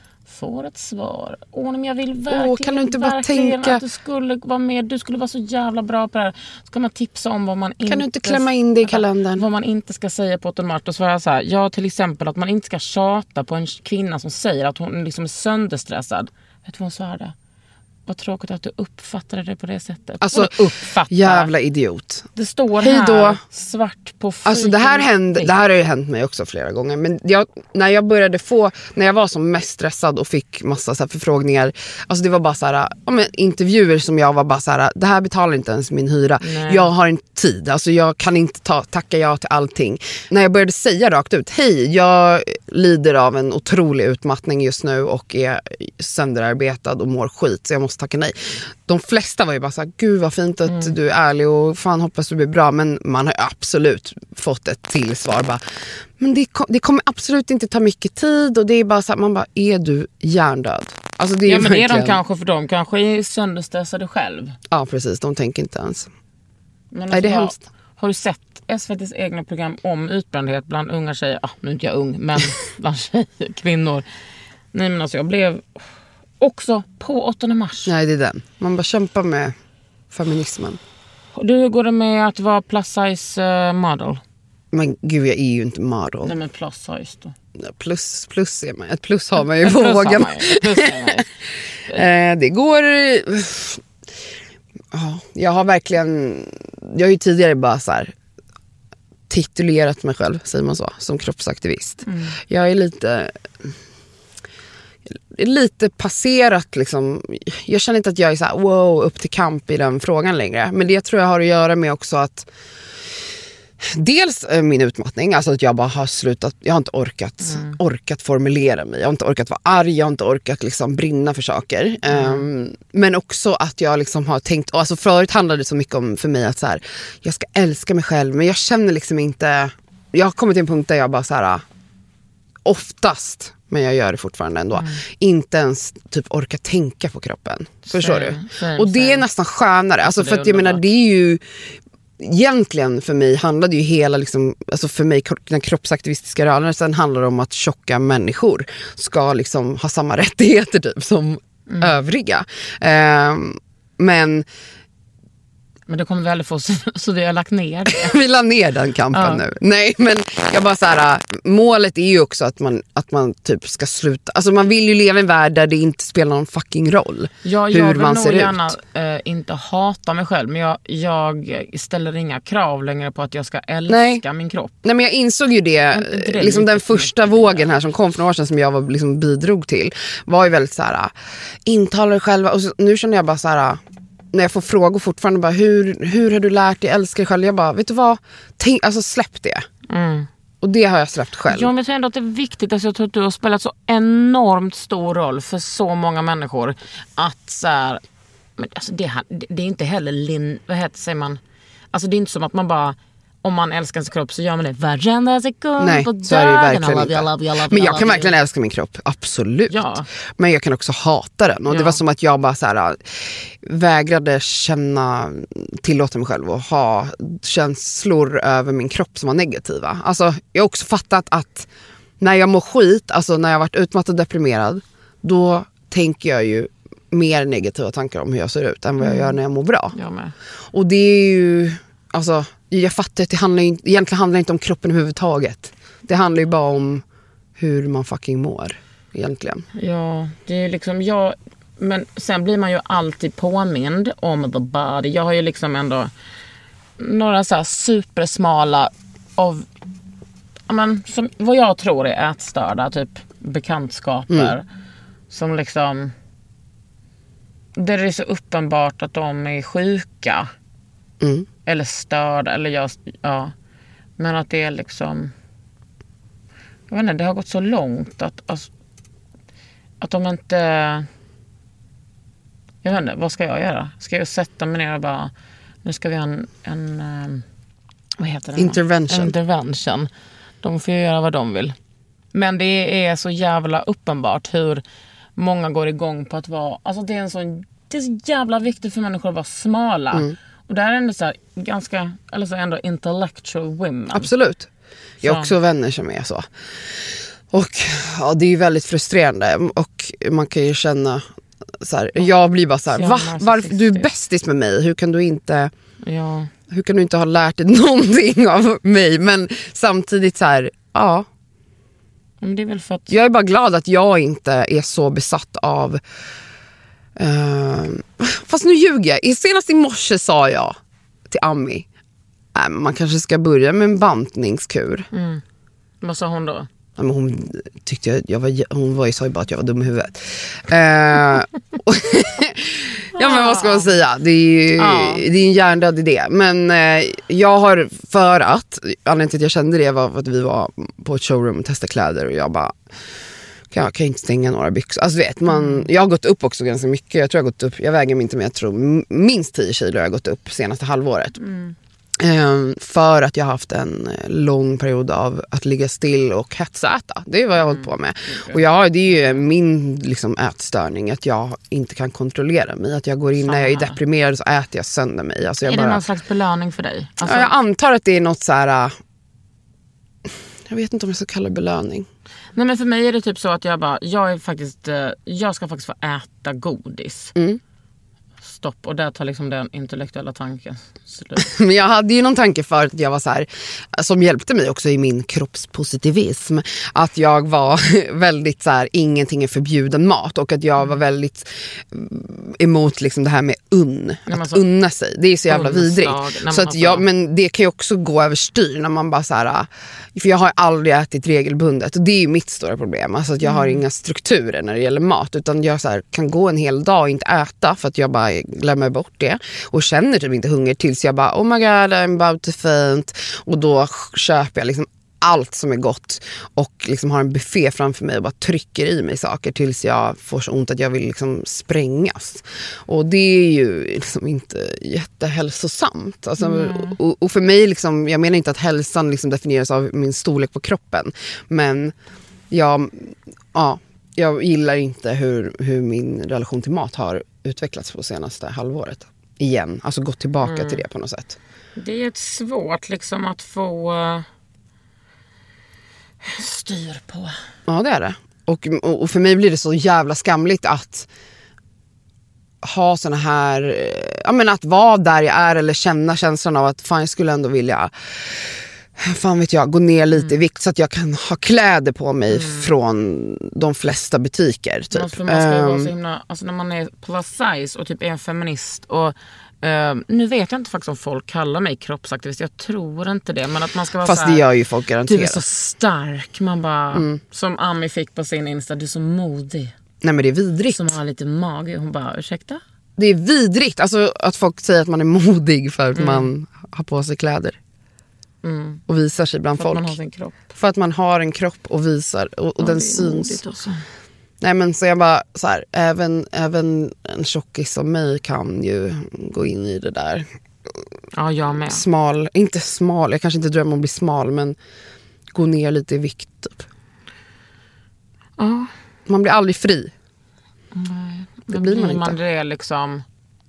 Får ett svar. Åh, men jag vill verkligen, åh, kan du inte bara tänka att du skulle vara med. Du skulle vara så jävla bra på det här. Så kan man tipsa om vad man kan inte... Kan du inte klämma in det i kalendern? Vad man inte ska säga på åttonde mars. Då svarar jag så här, ja till exempel att man inte ska tjata på en kvinna som säger att hon liksom är sönderstressad. Vet du vad hon svarade? Vad tråkigt att du uppfattade det på det sättet. Alltså, jävla idiot. Det står här svart på fyra. Alltså det här, hände, det här har ju hänt mig också flera gånger. Men jag, när jag började få, när jag var som mest stressad och fick massa så här förfrågningar. Alltså det var bara så här, ja, men intervjuer som jag var bara så här, det här betalar inte ens min hyra. Nej. Jag har inte tid, alltså jag kan inte ta, tacka ja till allting. När jag började säga rakt ut, hej, jag lider av en otrolig utmattning just nu och är sönderarbetad och mår skit, så jag måste tacka nej. De flesta var ju bara så här, gud vad fint att mm. du är ärlig och fan hoppas du blir bra, men man har absolut fått ett tillsvar bara, men det, det kommer absolut inte ta mycket tid och det är bara så här, man bara, är du hjärndöd? Alltså det är ja, men verkligen... det är de kanske, för de kanske är sönderstressade själv. Ja, precis, de tänker inte ens. Men alltså, är det hemskt? Har du sett S V T:s egna program om utbrändhet bland unga tjejer? Ah, nu är inte jag ung, men bland tjejer, kvinnor. Nej men alltså jag blev också på åttonde mars. Nej, det är den. Man bara kämpar med feminismen. Du går det med att vara plus size model? Men gud, jag är ju inte model. Nej, men plus size då? Plus, plus är man. Ett plus har man ju på vågen. eh, det går... Ja, jag har verkligen... Jag har ju tidigare bara så här titulerat mig själv, säger man så, som kroppsaktivist. Mm. Jag är lite... lite passerat liksom. Jag känner inte att jag är så här, wow, upp till kamp i den frågan längre. Men det tror jag har att göra med också att dels min utmattning, alltså att jag bara har slutat, jag har inte orkat mm. orkat formulera mig, jag har inte orkat vara arg, jag har inte orkat liksom brinna för saker. Mm. Um, men också att jag liksom har tänkt, alltså förut handlade det så mycket om för mig att så här, jag ska älska mig själv, men jag känner liksom inte, jag har kommit till en punkt där jag bara så här, oftast, men jag gör det fortfarande ändå, mm. inte ens typ orka tänka på kroppen. Förstår same, du? Same, och det same. Är nästan skönare, alltså för att jag menar, det är ju egentligen för mig handlade ju hela liksom, alltså för mig den kroppsaktivistiska rörelsen handlar om att tjocka människor ska liksom ha samma rättigheter typ som mm. övriga. Um, men Men det kommer väl få så, så vi har lagt ner det. Vi la ner den kampen ja. nu. Nej, men jag bara så här, målet är ju också att man, att man typ ska sluta. Alltså man vill ju leva i en värld där det inte spelar någon fucking roll ja, hur man ser ut. Jag vill nog gärna äh, inte hata mig själv, men jag, jag ställer inga krav längre på att jag ska älska Nej. min kropp. Nej, men jag insåg ju det, det liksom den första vågen här som kom för några år sedan som jag var, liksom bidrog till, var ju väldigt så här, intala dig själva. Och så, nu känner jag bara så här, när jag får frågor fortfarande bara, hur, hur har du lärt dig älska dig själv? Jag bara, vet du vad? Tänk, alltså släpp det. Mm. Och det har jag släppt själv. Ja, men jag tror ändå att det är viktigt. Alltså, jag tror att du har spelat så enormt stor roll för så många människor. Att så här, men alltså det, det är inte heller lin, vad heter säger man? Alltså det är inte som att man bara, om man älskar sin kropp så gör man det varenda sekund. Nej, på så är det ju verkligen love inte. you, love you, love Men you, jag love kan you. verkligen älska min kropp, absolut. Ja. Men jag kan också hata den. Och Ja. det var som att jag bara så här, vägrade känna, tillåta mig själv att ha känslor över min kropp som var negativa. Alltså jag har också fattat att när jag mår skit, alltså när jag har varit utmattad och deprimerad, då tänker jag ju mer negativa tankar om hur jag ser ut än vad jag gör när jag mår bra. Jag med. Och det är ju, alltså jag fattar att det handlar ju, egentligen handlar det inte om kroppen överhuvudtaget. Det handlar ju bara om hur man fucking mår egentligen. Ja, det är liksom jag, men sen blir man ju alltid påmind om the body. Jag har ju liksom ändå några så här supersmala av, men, som, vad jag tror är ätstörda typ bekantskaper mm. som liksom, där det är så uppenbart att de är sjuka mm. eller störda eller jag, ja, men att det är liksom, jag vet inte, det har gått så långt att alltså, att de inte, jag vet inte, vad ska jag göra? Ska jag sätta mig ner och bara, nu ska vi ha en, en vad heter det? Intervention. Intervention. De får ju göra vad de vill. Men det är så jävla uppenbart hur många går igång på att vara, alltså det är en sån, det är så jävla viktigt för människor att vara smala. Mm. Och där är det så här, ganska, eller så ändå intellectual women. Absolut. Jag har också vänner som är så. Och ja, det är ju väldigt frustrerande. Och man kan ju känna så här, jag blir bara så här, va? Varför, du är bästis med mig. Hur kan du inte ja. Hur kan du inte ha lärt dig någonting av mig? Men samtidigt så här, ja. Men det är väl för att... Jag är bara glad att jag inte är så besatt av uh, fast nu ljuger jag. Senast i morse sa jag till Ami, äh, man kanske ska börja med en bantningskur. Mm. Vad sa hon då? Ja, men hon tyckte jag, jag var, hon var ju, sa ju bara att jag var dum i huvudet. Uh, ja men vad ska man säga? Det är ju ja. det är en hjärndöd idé. Men uh, jag har för att, anledningen till att jag kände det var att vi var på ett showroom och testade kläder och jag bara, kan jag kan inte stänga några byxor. Alltså vet man, mm. jag har gått upp också ganska mycket. Jag tror jag har gått upp, jag väger mig inte men jag tror minst tio kilo har jag gått upp senaste halvåret. Mm. Um, för att jag har haft en lång period av att ligga still och hetsäta. Det är vad jag har mm. hållit på med. Okay. Och jag, det är ju min liksom, ätstörning att jag inte kan kontrollera mig. Att jag går in Samma. När jag är deprimerad så äter jag sönder mig. Alltså, jag är bara, det någon slags belöning för dig? Alltså... Ja, jag antar att det är något så här. Jag vet inte om jag ska kalla det belöning. Nej men för mig är det typ så att jag bara, jag är faktiskt, jag ska faktiskt få äta godis. Mm. Stopp. Och där tar liksom den intellektuella tanken slut. Men jag hade ju någon tanke för att jag var så här, som hjälpte mig också i min kroppspositivism, att jag var väldigt så här, ingenting är förbjuden mat och att jag var väldigt emot liksom det här med unn, att alltså, unna sig. Det är så jävla vidrigt. Så att jag, men det kan ju också gå överstyr när man bara så här, för jag har aldrig ätit regelbundet och det är ju mitt stora problem. Alltså att jag har mm. inga strukturer när det gäller mat utan jag så här, kan gå en hel dag och inte äta för att jag bara glömmer bort det och känner typ inte hunger tills jag bara oh my god I'm about to faint och då köper jag liksom allt som är gott och liksom har en buffé framför mig och bara trycker i mig saker tills jag får så ont att jag vill liksom sprängas. Och det är ju liksom inte jättehälsosamt. Alltså, mm. och, och för mig liksom, jag menar inte att hälsan liksom definieras av min storlek på kroppen, men jag, ja, jag gillar inte hur, hur min relation till mat har utvecklats på senaste halvåret. Igen, alltså gått tillbaka mm. till det på något sätt. Det är ett svårt liksom att få styr på. Ja, det är det. Och, och för mig blir det så jävla skamligt att ha såna här, ja men att vara där jag är eller känna känslan av att fan jag skulle ändå vilja fan vet jag, gå ner lite mm. i vikt så att jag kan ha kläder på mig mm. från de flesta butiker typ. Alltså, man ska ju um, vara så himla, alltså när man är plus size och typ är en feminist och Uh, nu vet jag inte faktiskt om folk kallar mig kroppsaktivist. Jag tror inte det. Men att man ska vara fast så här, det gör ju folk garanterat. Du är så stark. Man bara, mm. som Ami fick på sin Insta, du är så modig. Nej men det är vidrigt. Som har lite mage. Hon bara, ursäkta? det är vidrigt. Alltså att folk säger att man är modig för att mm. man har på sig kläder. Mm. Och visar sig bland för folk. För att man har sin kropp. För att man har en kropp och visar. Och, och ja, den syns. Också. Nej men så jag bara så här, även, även en tjockis som mig kan ju gå in i det där. Ja, jag med. Smal, inte smal, jag kanske inte drömmer om att bli smal, men gå ner lite i vikt typ. Ja. Man blir aldrig fri. Nej, det blir man inte. Man det är liksom,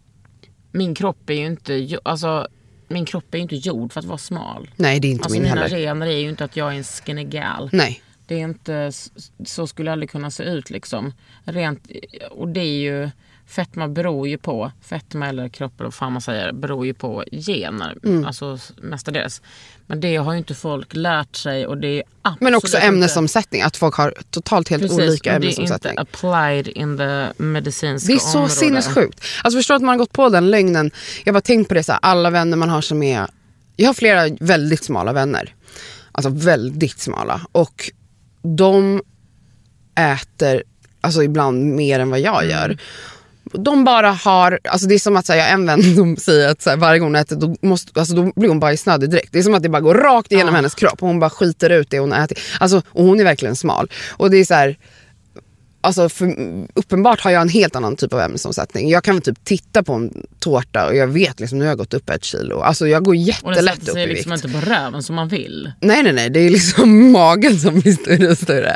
min kropp är ju inte, alltså min kropp är ju inte gjord för att vara smal. Nej, det är inte alltså, min mina heller. gener är ju inte att jag är en skinny gal. Nej. Det är inte, så skulle jag aldrig kunna se ut liksom. Rent, och det är ju, fetma beror ju på, fetma eller kropp eller vad fan man säger, beror ju på gener. Mm. Alltså mestadels. Men det har ju inte folk lärt sig och det är absolut. Men också ämnesomsättning, att folk har totalt helt precis, olika ämnesomsättning. Det är inte applied in the medicinska. Det är så området. sinnessjukt. Alltså förstår att man har gått på den lögnen. Jag har bara tänkt på det så här, alla vänner man har som är, jag har flera väldigt smala vänner. Alltså väldigt smala. Och de äter alltså ibland mer än vad jag gör. Mm. De bara har, alltså det är som att säga en vän de säger att så här, varje gång hon äter då, måste, alltså, då blir hon bajsnödig direkt. Det är som att det bara går rakt igenom ja. hennes kropp och hon bara skiter ut det hon äter. Alltså, och hon är verkligen smal. Och det är så här, alltså för, uppenbart har jag en helt annan typ av ämnesomsättning. Jag kan väl typ titta på en tårta och jag vet liksom nu har jag gått upp ett kilo. Alltså jag går jättelätt upp i vikt. Och det liksom inte på röven som man vill. Nej, nej, nej. Det är liksom magen som blir större och större.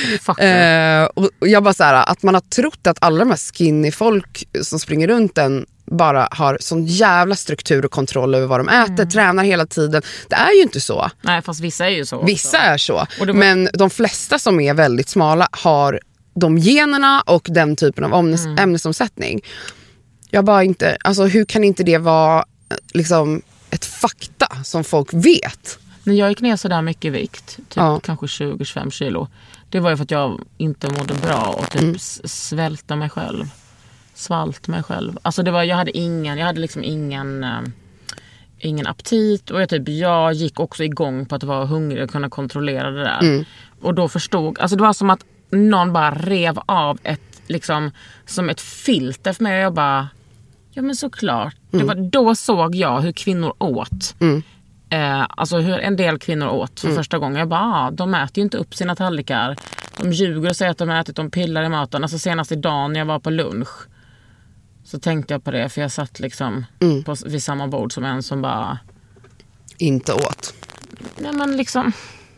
Eh, och, och jag bara så här, att man har trott att alla de här skinny folk som springer runt den bara har sån jävla struktur och kontroll över vad de äter, mm. tränar hela tiden. Det är ju inte så. Nej, fast vissa är ju så. Vissa också. är så. Var... Men de flesta som är väldigt smala har de generna och den typen av ämnes- mm. ämnesomsättning. Jag bara inte, alltså hur kan inte det vara liksom ett fakta som folk vet? När jag gick ner så där mycket vikt, typ ja. kanske tjugo till tjugofem kilo, det var ju för att jag inte mådde bra och typ mm. svälta mig själv. Svalt mig själv. Alltså det var, jag hade ingen, jag hade liksom ingen äh, ingen aptit och jag typ, jag gick också igång på att vara hungrig och kunna kontrollera det där. Mm. Och då förstod, alltså det var som att någon bara rev av ett liksom som ett filter för mig och jag bara ja men såklart. Mm. Det var, då såg jag hur kvinnor åt. Mm. Eh, alltså hur en del kvinnor åt för mm. första gången. Jag bara, ah, de äter ju inte upp sina tallrikar. De ljuger och säger att de ätit, de pillar i maten. Alltså senast idag när jag var på lunch så tänkte jag på det för jag satt liksom mm. på, vid samma bord som en som bara inte åt. Nej men liksom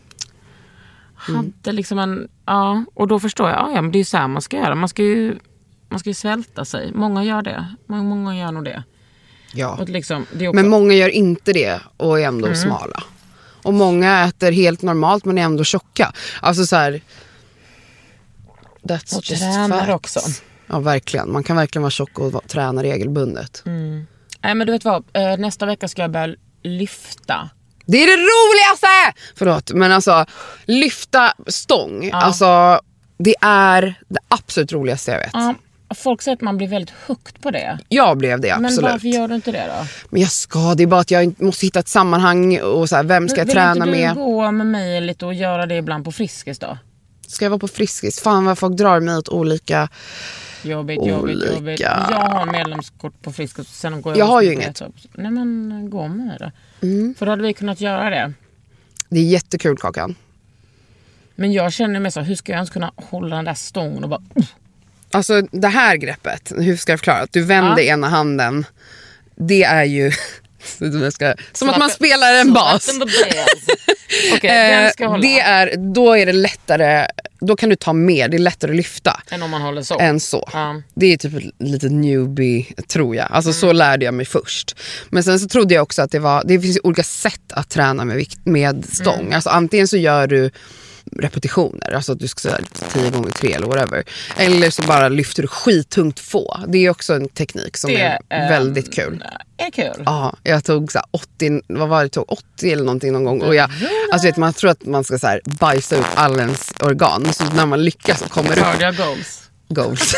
hade liksom en, ja, och då förstår jag, ja, ja men det är ju så här man ska göra. Man ska ju, man ska ju svälta sig. Många gör det. Många, många gör nog det. Ja. Och liksom, det är också... Men många gör inte det och är ändå mm. smala. Och många äter helt normalt men är ändå tjocka. Alltså så här, that's och just tränar facts. också. Ja, verkligen. Man kan verkligen vara tjock och träna regelbundet. Mm. Nej, men du vet vad, nästa vecka ska jag börja lyfta. Det är det roligaste! Förlåt, men alltså lyfta stång. Ja. Alltså, det är det absolut roligaste jag vet. Ja, folk säger att man blir väldigt hooked på det. Jag blev det, absolut. Men varför gör du inte det då? Men jag ska, det är bara att jag måste hitta ett sammanhang och så här, vem ska jag vill träna med? Vill med? inte du gå med mig lite och göra det ibland på Friskis då? Ska jag vara på Friskis? Fan vad folk drar mig åt olika... Jobbigt, jobbigt, olika... jobbigt. Jag har medlemskort på Friskis. Sen går jag jag har ju inget. Nej men gå med det. Mm. För då hade vi kunnat göra det. Det är jättekul, Kakan. Men jag känner mig så, hur ska jag ens kunna hålla den där stången och bara... Uh. Alltså det här greppet, hur ska jag förklara? Att du vänder ja. ena handen, det är ju... som, ska, som att man spelar en bas. Okay, den ska hålla. Det är, då är det lättare, då kan du ta mer, det är lättare att lyfta än om man håller så. Än så. Ja. Det är typ ett litet newbie, tror jag. Alltså mm. så lärde jag mig först. Men sen så trodde jag också att det var, det finns olika sätt att träna med, vikt, med stång. Mm. Alltså antingen så gör du repetitioner, alltså att du ska säga tio gånger tre eller whatever. Eller så bara lyfter du skittungt få. Det är också en teknik som det, är ähm, väldigt kul. Är kul. Ja, jag tog så här åttio, vad var det, tog åttio eller någonting någon gång. Och jag, alltså vet man tror att man ska så här bajsa ut alla ens organ. Så när man lyckas så kommer det upp. Cardio goals. goals.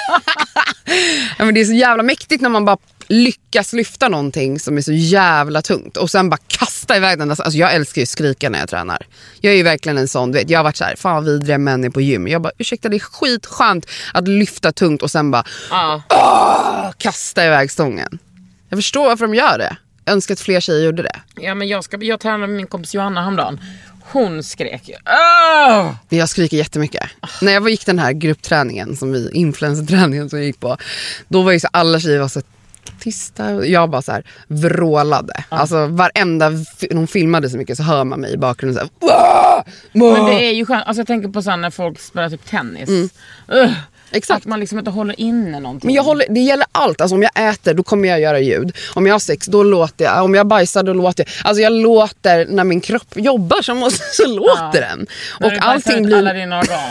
Ja, men det är så jävla mäktigt när man bara lyckas lyfta någonting som är så jävla tungt och sen bara kasta iväg den. Alltså jag älskar ju skrika när jag tränar. Jag är ju verkligen en sån, du vet, jag har varit så här, fan vad vidriga män är på gym. Jag bara, ursäkta, det är skitskönt att lyfta tungt och sen bara Ja. åh, kasta iväg stången. Jag förstår varför de gör det. Jag önskar att fler tjejer gjorde det. Ja, men jag, ska, jag tränade med min kompis Johanna häromdagen. Hon skrek ju. Oh! Jag skriker jättemycket. När jag gick den här gruppträningen som vi, influencerträningen som jag gick på, då var ju så alla tjejer var så tysta. Jag bara så här vrålade. Ja. Alltså varenda de filmade så mycket så hör man mig i bakgrunden så här. Wah! Men det är ju skönt. Alltså jag tänker på så när folk spelar typ tennis. Mm. Uh, Exakt. Att man liksom inte håller inne någonting. Men jag håller, det gäller allt. Alltså om jag äter, då kommer jag göra ljud. Om jag har sex, då låter jag. Om jag bajsar, då låter jag. Alltså jag låter när min kropp jobbar så, måste, så låter ja. den. När och allting blir... alla dina organ.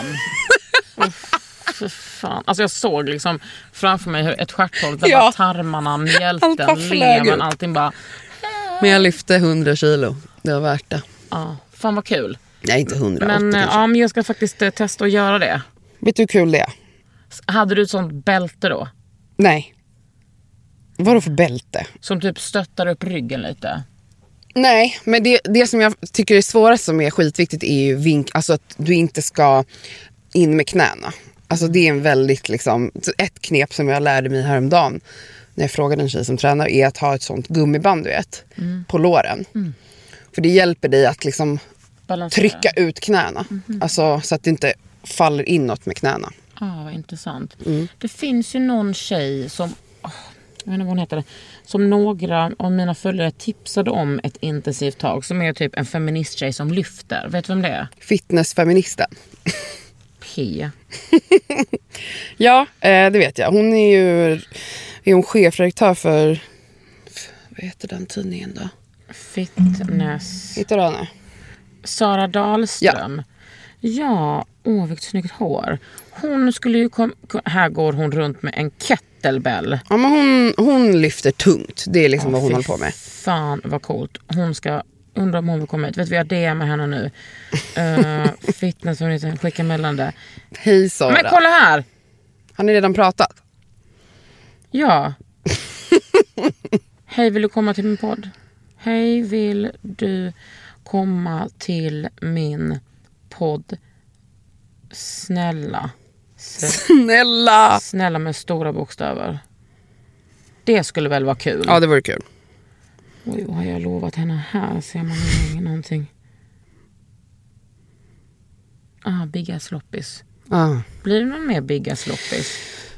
För fan. Alltså jag såg liksom framför mig hur ett stjärthål där ja. bara tarmarna, mjälten, levern, allting bara. Men jag lyfte hundra kilo. Det var värt det. Ja, fan vad kul. Nej, inte hundra. Men, ja, men jag ska faktiskt eh, testa att göra det. Vet du hur kul det är? Hade du ett sånt bälte då? Nej. Vadå för bälte? Som typ stöttar upp ryggen lite. Nej, men det, det som jag tycker är svårast som är skitviktigt är ju vink, alltså att du inte ska in med knäna. Alltså det är en väldigt liksom, ett knep som jag lärde mig häromdagen när jag frågade en tjej som tränar är att ha ett sånt gummiband du vet, mm. på låren. Mm. För det hjälper dig att liksom balansera. Trycka ut knäna. Mm. Alltså så att det inte faller inåt med knäna. Ja, ah, vad intressant. Mm. Det finns ju någon tjej som, oh, jag vet inte vad hon heter det, som några av mina följare tipsade om ett intensivt tag som är typ en feministtjej som lyfter. Vet du vem det är? Fitnessfeministen. P. Ja, det vet jag. Hon är ju är hon chefredaktör för, vad heter den tidningen då? Fitness. Hittar du henne? Sara Dahlström. Ja, ja. Åh, vilket snyggt hår. Hon skulle ju kom, här går hon runt med en kettlebell. Ja, men hon, hon lyfter tungt. Det är liksom ja, vad hon håller på med. Fan vad coolt. Hon ska, undra om hon vill komma hit. Vet du, vi har D M med henne nu. uh, Fitness, skicka mellan det. Hej Sara. Men kolla här. Har ni redan pratat? Ja. Hej, vill du komma till min podd? Hej, vill du komma till min podd? Snälla. Snälla. Snälla med stora bokstäver. Det skulle väl vara kul? Ja, det vore kul. Oj, vad har jag lovat henne här? Ser man ingen någonting. Ah, Bigga Sloppis. Ah. Blir det någon mer Bigga Sloppis?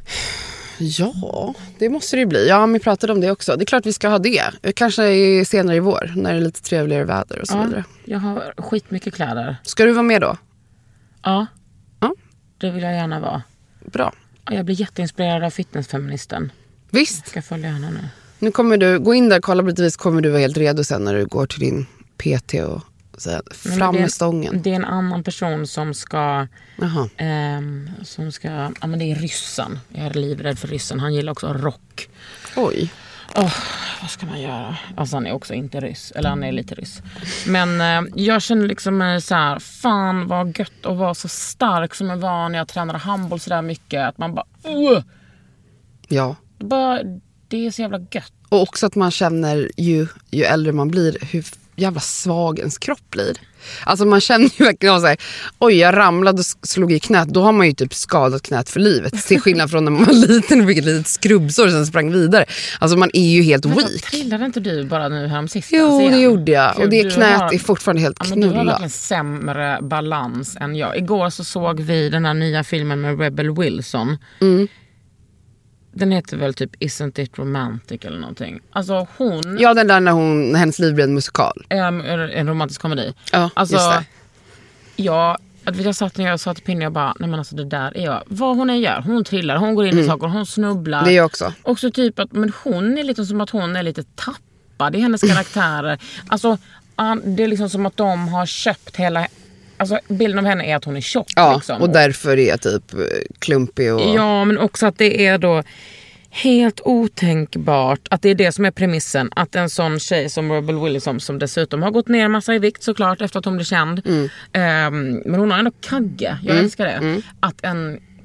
Ja, det måste det bli. Ja, vi pratade om det också. Det är klart vi ska ha det. Kanske senare i vår, när det är lite trevligare väder och så ja, vidare. Jag har skitmycket kläder. Ska du vara med då? Ja. Ja. Det vill jag gärna vara. Bra. Jag blir jätteinspirerad av fitnessfeministen. Visst. Jag ska följa henne nu. Nu kommer du gå in där, kolla lite vis, kommer du vara helt redo sen när du går till din P T och säga fram med stången. Det är en annan person som ska ehm, som ska, ja men det är ryssen. Jag är livrädd för ryssen. Han gillar också rock. Oj. Oh, vad ska man göra? Alltså han är också inte ryss. Eller han är lite ryss. Men eh, jag känner liksom så här, fan vad gött att vara så stark som jag var när jag tränade handboll så där mycket. Att man bara, uh! Ja. Bara, det är så jävla gött. Och också att man känner ju, ju äldre man blir hur jävla svag ens kropp blir. Alltså man känner ju verkligen så här, oj jag ramlade och slog i knät. Då har man ju typ skadat knät för livet. Till skillnad från när man var liten och fick ett litet skrubbsår och sen sprang vidare. Alltså man är ju helt men weak. Trillade inte du bara nu här om sista? Jo, det gjorde jag. Gud, och det knät har, är fortfarande helt ja, knulla. Men du har verkligen sämre balans än jag. Igår så såg vi den här nya filmen med Rebel Wilson. Mm. Den heter väl typ Isn't It Romantic eller någonting. Alltså hon... Ja, den där när hon, hennes liv blev en musikal. En, en romantisk komedi. Ja, alltså, just det. Ja, att jag satt när jag sa till Pinny och bara, nej men alltså det där är jag. Vad hon än gör, hon trillar, hon går in i mm. saker, hon snubblar. Det är jag också. Också typ att, men hon är lite som att hon är lite tappad i hennes karaktärer. Alltså, det är liksom som att de har köpt hela... Alltså bilden av henne är att hon är tjock. Ja, liksom. Och därför är jag typ klumpig. Och... Ja, men också att det är då helt otänkbart att det är det som är premissen. Att en sån tjej som Rebel Wilson, som dessutom har gått ner en massa i vikt såklart efter att hon blev känd. Mm. Um, men hon har ändå kagge. Jag mm. älskar det. Mm. Att en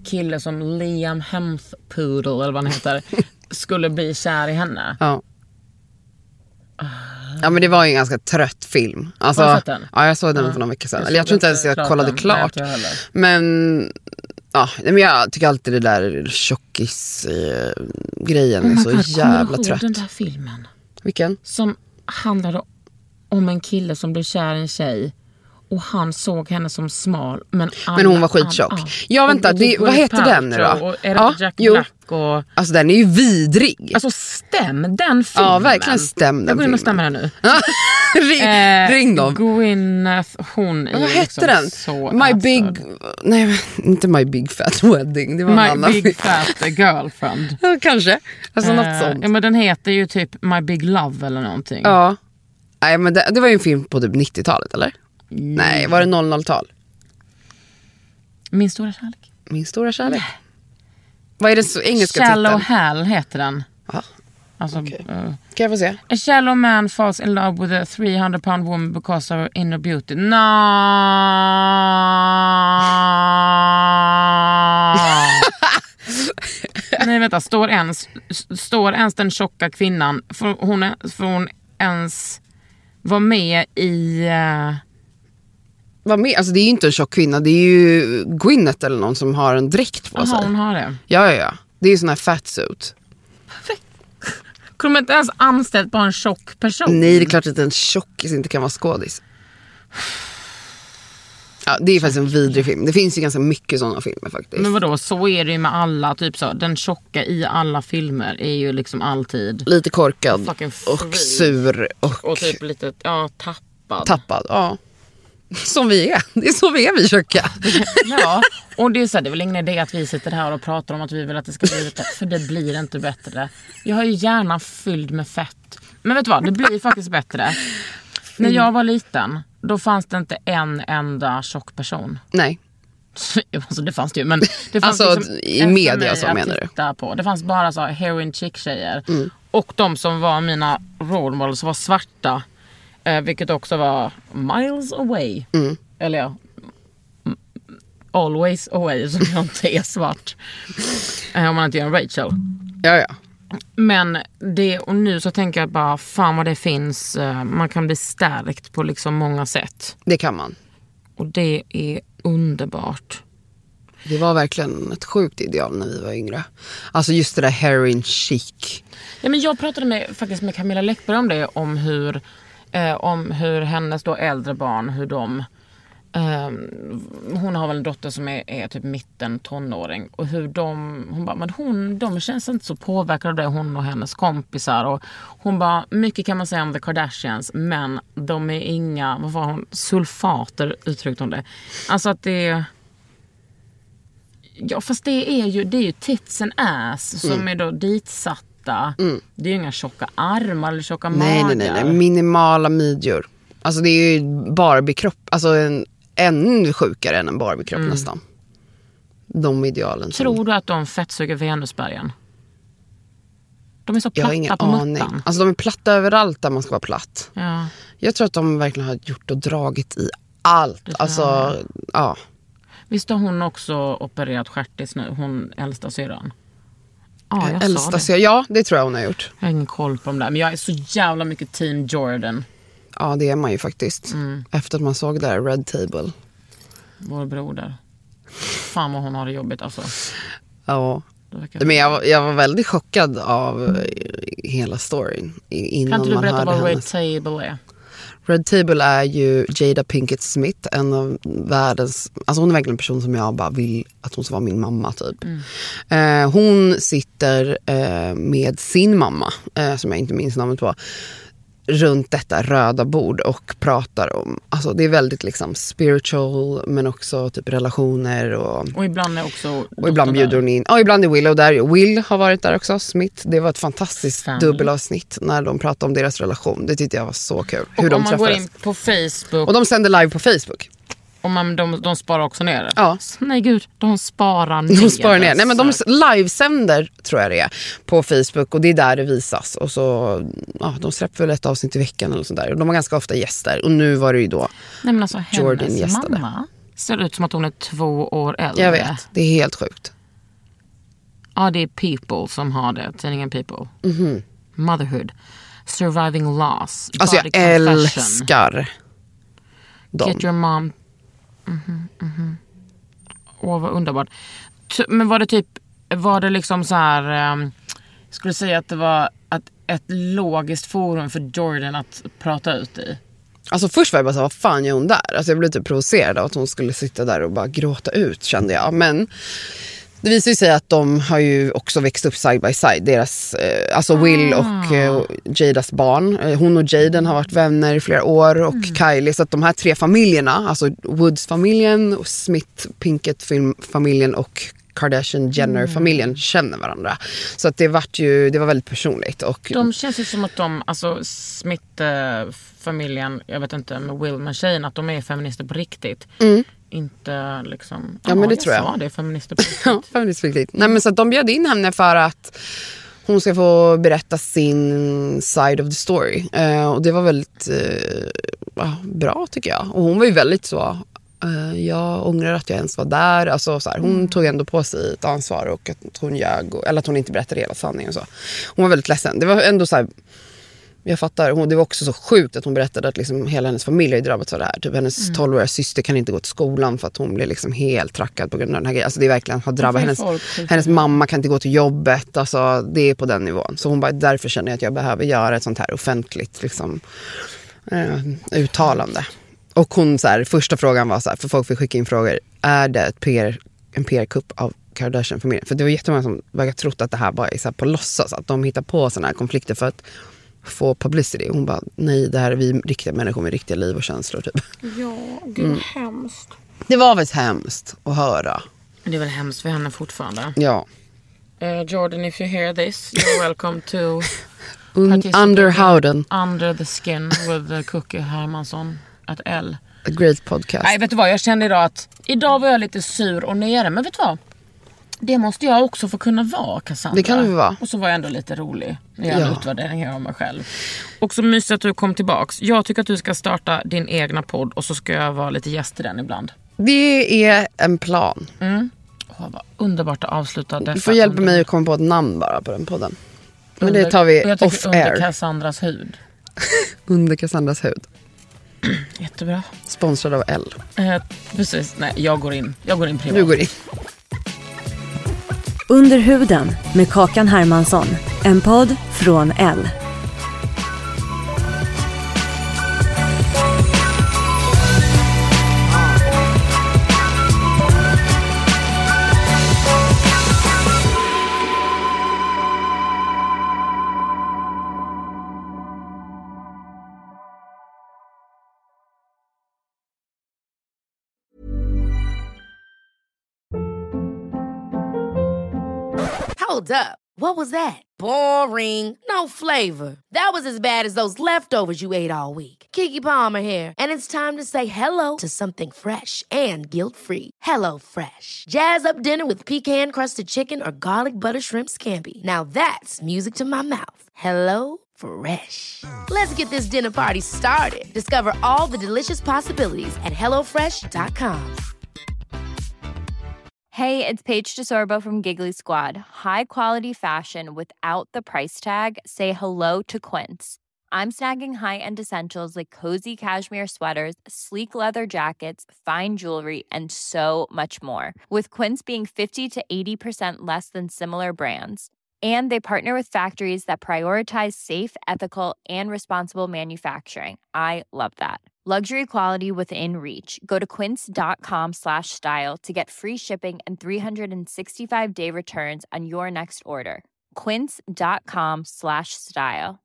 kille som Liam Hemspoodle eller vad han heter skulle bli kär i henne. Ja. Ja, men det var ju en ganska trött film. Alltså, har du sett den? Ja, jag såg den ja. för några veckor sedan. Eller jag tror inte ens jag kollade den. klart. Nej, men ja, men jag tycker alltid det där tjockis eh, grejen är så God, jävla trött. Den där filmen. Vilken? Som handlade om en kille som blev kär i en tjej. Och han såg henne som smal. Men, alla, men hon var skitschock. All, all. Ja, vänta, det, vad heter den nu då? Och är det ja, Jack Black och... Alltså den är ju vidrig. Alltså stäm den filmen. Ja, verkligen stäm den. Jag går in och stämmer den nu. ring, eh, ring dem. Gwyneth, hon är vad hette liksom den? Så My ästad. Big... Nej, inte My Big Fat Wedding. Det var My en annan Big film. Fat Girlfriend. Ja, kanske. Alltså eh, något sånt. Ja, men den heter ju typ My Big Love eller någonting. Ja. Nej, men det, det var ju en film på typ nittiotalet, eller? Mm. Nej, var det noll noll-tal? Min stora kärlek. Min stora kärlek. Nej. Vad är det så engelska Shallow titeln? Hell heter den. Ja. Alltså, okay. uh, kan jag få se? A shallow man falls in love with a three hundred pound woman because of her inner beauty. No. Nej, vänta. Står ens, står ens den tjocka kvinnan för hon, är, för hon ens var med i... Uh... Var med? Alltså det är ju inte en tjock kvinna. Det är ju Gwyneth eller någon som har en dräkt på Aha, sig. hon har det. Ja, ja, ja. Det är ju sån här fatsuit. Kunde man inte ens anställt bara en tjock person? Nej, det är klart att en tjockis inte kan vara skådis. Ja, det är faktiskt en vidrig film. Det finns ju ganska mycket sådana filmer faktiskt. Men vadå, så är det ju med alla. Typ så, den tjocka i alla filmer är ju liksom alltid... Lite korkad och sur. Och, och typ lite, ja, tappad. Tappad, ja. Som vi är. Det är så vi är, vi tjocka. Ja, och det är så här, det är väl ingen idé att vi sitter här och pratar om att vi vill att det ska bli bättre. För det blir inte bättre. Jag har ju hjärnan fylld med fett. Men vet du vad, det blir faktiskt bättre. Mm. När jag var liten, då fanns det inte en enda tjock person. Nej. Alltså det fanns det ju, men det fanns alltså liksom i media så menar du? På. Det fanns bara så heroin chick tjejer. Mm. Och de som var mina role models var svarta. Eh, vilket också var miles away. Mm. Eller ja, always away, som jag inte är svart. Eh, om man inte gör en Rachel. Ja, ja. Men det, och nu så tänker jag bara, fan vad det finns. Eh, man kan bli stärkt på liksom många sätt. Det kan man. Och det är underbart. Det var verkligen ett sjukt ideal när vi var yngre. Alltså just det där heroin chic. Ja, men jag pratade med, faktiskt med Camilla Läckberg om det. Om hur, eh, om hur hennes då äldre barn, hur de... Eh, hon har väl en dotter som är, är typ mitten tonåring. Och hur de... Hon bara, men hon, de känns inte så påverkade av det, hon och hennes kompisar. Och hon bara, mycket kan man säga om The Kardashians. Men de är inga, vad var hon? Sulfater uttryckte hon det. Alltså att det är... Ja, fast det är ju, det är ju tits and ass som mm. är då ditsatta. Mm. Det är ju inga tjocka armar eller tjocka nej, magar. Nej, nej, nej. Minimala midjor. Alltså det är ju Barbie-kropp. Alltså en, ännu sjukare än en Barbie-kropp mm. nästan. De idealen. Tror som... du att de fettsuger Venusbergen? De är så platta ingen på aning. muttan. Alltså de är platta överallt där man ska vara platt. Ja. Jag tror att de verkligen har gjort och dragit i allt. Alltså, ja. Visst har hon också opererat stjärtis nu, hon äldsta syran? Ja, jag äldsta sa det. Syran, ja, det tror jag hon har gjort. Jag har ingen koll på dem där, men jag är så jävla mycket team Jordan. Ja, det är man ju faktiskt. Mm. Efter att man såg där Red Table. Vår broder. Fan vad hon har det jobbigt alltså. Ja. Men jag var, jag var väldigt chockad av hela storyn. Innan kan inte du man berätta vad hennes... Red Table är? Red Table är ju Jada Pinkett Smith, en av världens... Alltså hon är verkligen en person som jag bara vill att hon ska vara min mamma typ. Mm. Eh, hon sitter eh, med sin mamma, eh, som jag inte minns namnet på, runt detta röda bord och pratar om, alltså det är väldigt liksom spiritual men också typ relationer och, och ibland är också och ibland bjuder hon in, ja ibland är Willow där, Will har varit där också, Smith, det var ett fantastiskt Family. dubbelavsnitt när de pratade om deras relation, det tyckte jag var så kul, hur och de om man träffades. Går in på Facebook och de sänder live på Facebook. Och man, de, de sparar också ner det. Ja. Nej gud, de sparar ner. De sparar ner. Nej, men de livesänder tror jag det är på Facebook och det är där det visas. Och så, ja, de släpper väl ett avsnitt i veckan eller sånt där. Och de har ganska ofta gäster. Och nu var det ju då Nej, men alltså, Jordan hennes gästade. Mamma ser ut som att hon är två år äldre. Jag vet, det är helt sjukt. Ja, det är People som har det. Tidningen People. Mm-hmm. Motherhood. Surviving Loss. Alltså jag älskar dem. Get your mom. Mm-hmm, mm-hmm. Åh, vad underbart. T- men var det typ, var det liksom så här, um, skulle säga att det var att ett logiskt forum för Jordan att prata ut i? Alltså först var jag bara så här, vad fan gör hon där? Alltså jag blev typ provocerad av att hon skulle sitta där och bara gråta ut, kände jag. Men det visar sig att de har ju också växt upp side by side. Deras, eh, alltså Will och eh, Jadas barn. Eh, hon och Jaden har varit vänner i flera år. Och mm. Kylie. Så att de här tre familjerna, alltså Woods-familjen, Smith, Pinkett-familjen och Kardashian-Jenner-familjen mm. känner varandra. Så att det var ju, det var väldigt personligt. Och de känns ju som att de, alltså Smith-familjen, jag vet inte med Will, men tjejen, att de är feminister på riktigt. Mm. Inte liksom... Ja, men det jag tror jag. Sa det, feminister på riktigt. Ja, feminister på riktigt. Nej, men så att de bjöd in henne för att hon ska få berätta sin side of the story. Uh, och det var väldigt uh, bra tycker jag. Och hon var ju väldigt så... Uh, jag ångrar att jag ens var där. Alltså, så här, hon mm. tog ändå på sig ett ansvar och att hon ljög. Eller att hon inte berättade hela sanningen. Och så. Hon var väldigt ledsen. Det var ändå så här... Jag fattar, hon, det var också så sjukt att hon berättade att liksom hela hennes familj är drabbats av det här. Typ hennes mm. tolvåriga syster kan inte gå till skolan för att hon blir liksom helt trackad på grund av den här grejen. Alltså det är verkligen har drabbat hennes, hennes mamma kan inte gå till jobbet. Alltså det är på den nivån. Så hon bara, därför känner jag att jag behöver göra ett sånt här offentligt liksom, uh, uttalande. Och hon så här, första frågan var så här, för folk fick skicka in frågor. Är det ett P R, en P R-kupp av Kardashian-familjen? För det var jättemånga som verkar trott att det här bara är så här på låtsas. Att de hittar på såna här konflikter för att få publicity. Hon bara, nej, det här är vi riktiga människor med riktiga liv och känslor typ. Ja, gud mm. hemskt. Det var väl hemskt att höra. Det är väl hemskt för henne fortfarande. Ja. Uh, Jordan, if you hear this, you're welcome to Un- under Howden. Under the skin with the Cookie Hermansson at L. A great podcast. Nej, vet du vad? Jag kände idag att idag var jag lite sur och nere. Men vet du vad? Det måste jag också få kunna vara, Cassandra. Det kan du vara. Och så var jag ändå lite rolig när jag ja. utvärderade av mig själv. Och så mysigt att du kom tillbaks. Jag tycker att du ska starta din egna podd och så ska jag vara lite gäst i den ibland. Det är en plan. Mm. Åh, vad underbart att avsluta detta. Du får hjälpa mig att komma på ett namn bara på den podden. Men under, det tar vi off air. Under Cassandras hud. Under Cassandras hud. Jättebra. Sponsrad av L. Eh, precis. Nej, jag går in. Jag går in privat. Du går in. Under huden med Kakan Hermansson. En podd från L. Hold up. What was that? Boring. No flavor. That was as bad as those leftovers you ate all week. Keke Palmer here, and it's time to say hello to something fresh and guilt-free. Hello Fresh. Jazz up dinner with pecan-crusted chicken or garlic butter shrimp scampi. Now that's music to my mouth. Hello Fresh. Let's get this dinner party started. Discover all the delicious possibilities at hello fresh dot com. Hey, it's Paige DeSorbo from Giggly Squad. High quality fashion without the price tag. Say hello to Quince. I'm snagging high-end essentials like cozy cashmere sweaters, sleek leather jackets, fine jewelry, and so much more. With Quince being fifty to eighty percent less than similar brands. And they partner with factories that prioritize safe, ethical, and responsible manufacturing. I love that. Luxury quality within reach. Go to quince.com slash style to get free shipping and three sixty-five day returns on your next order. Quince.com slash style.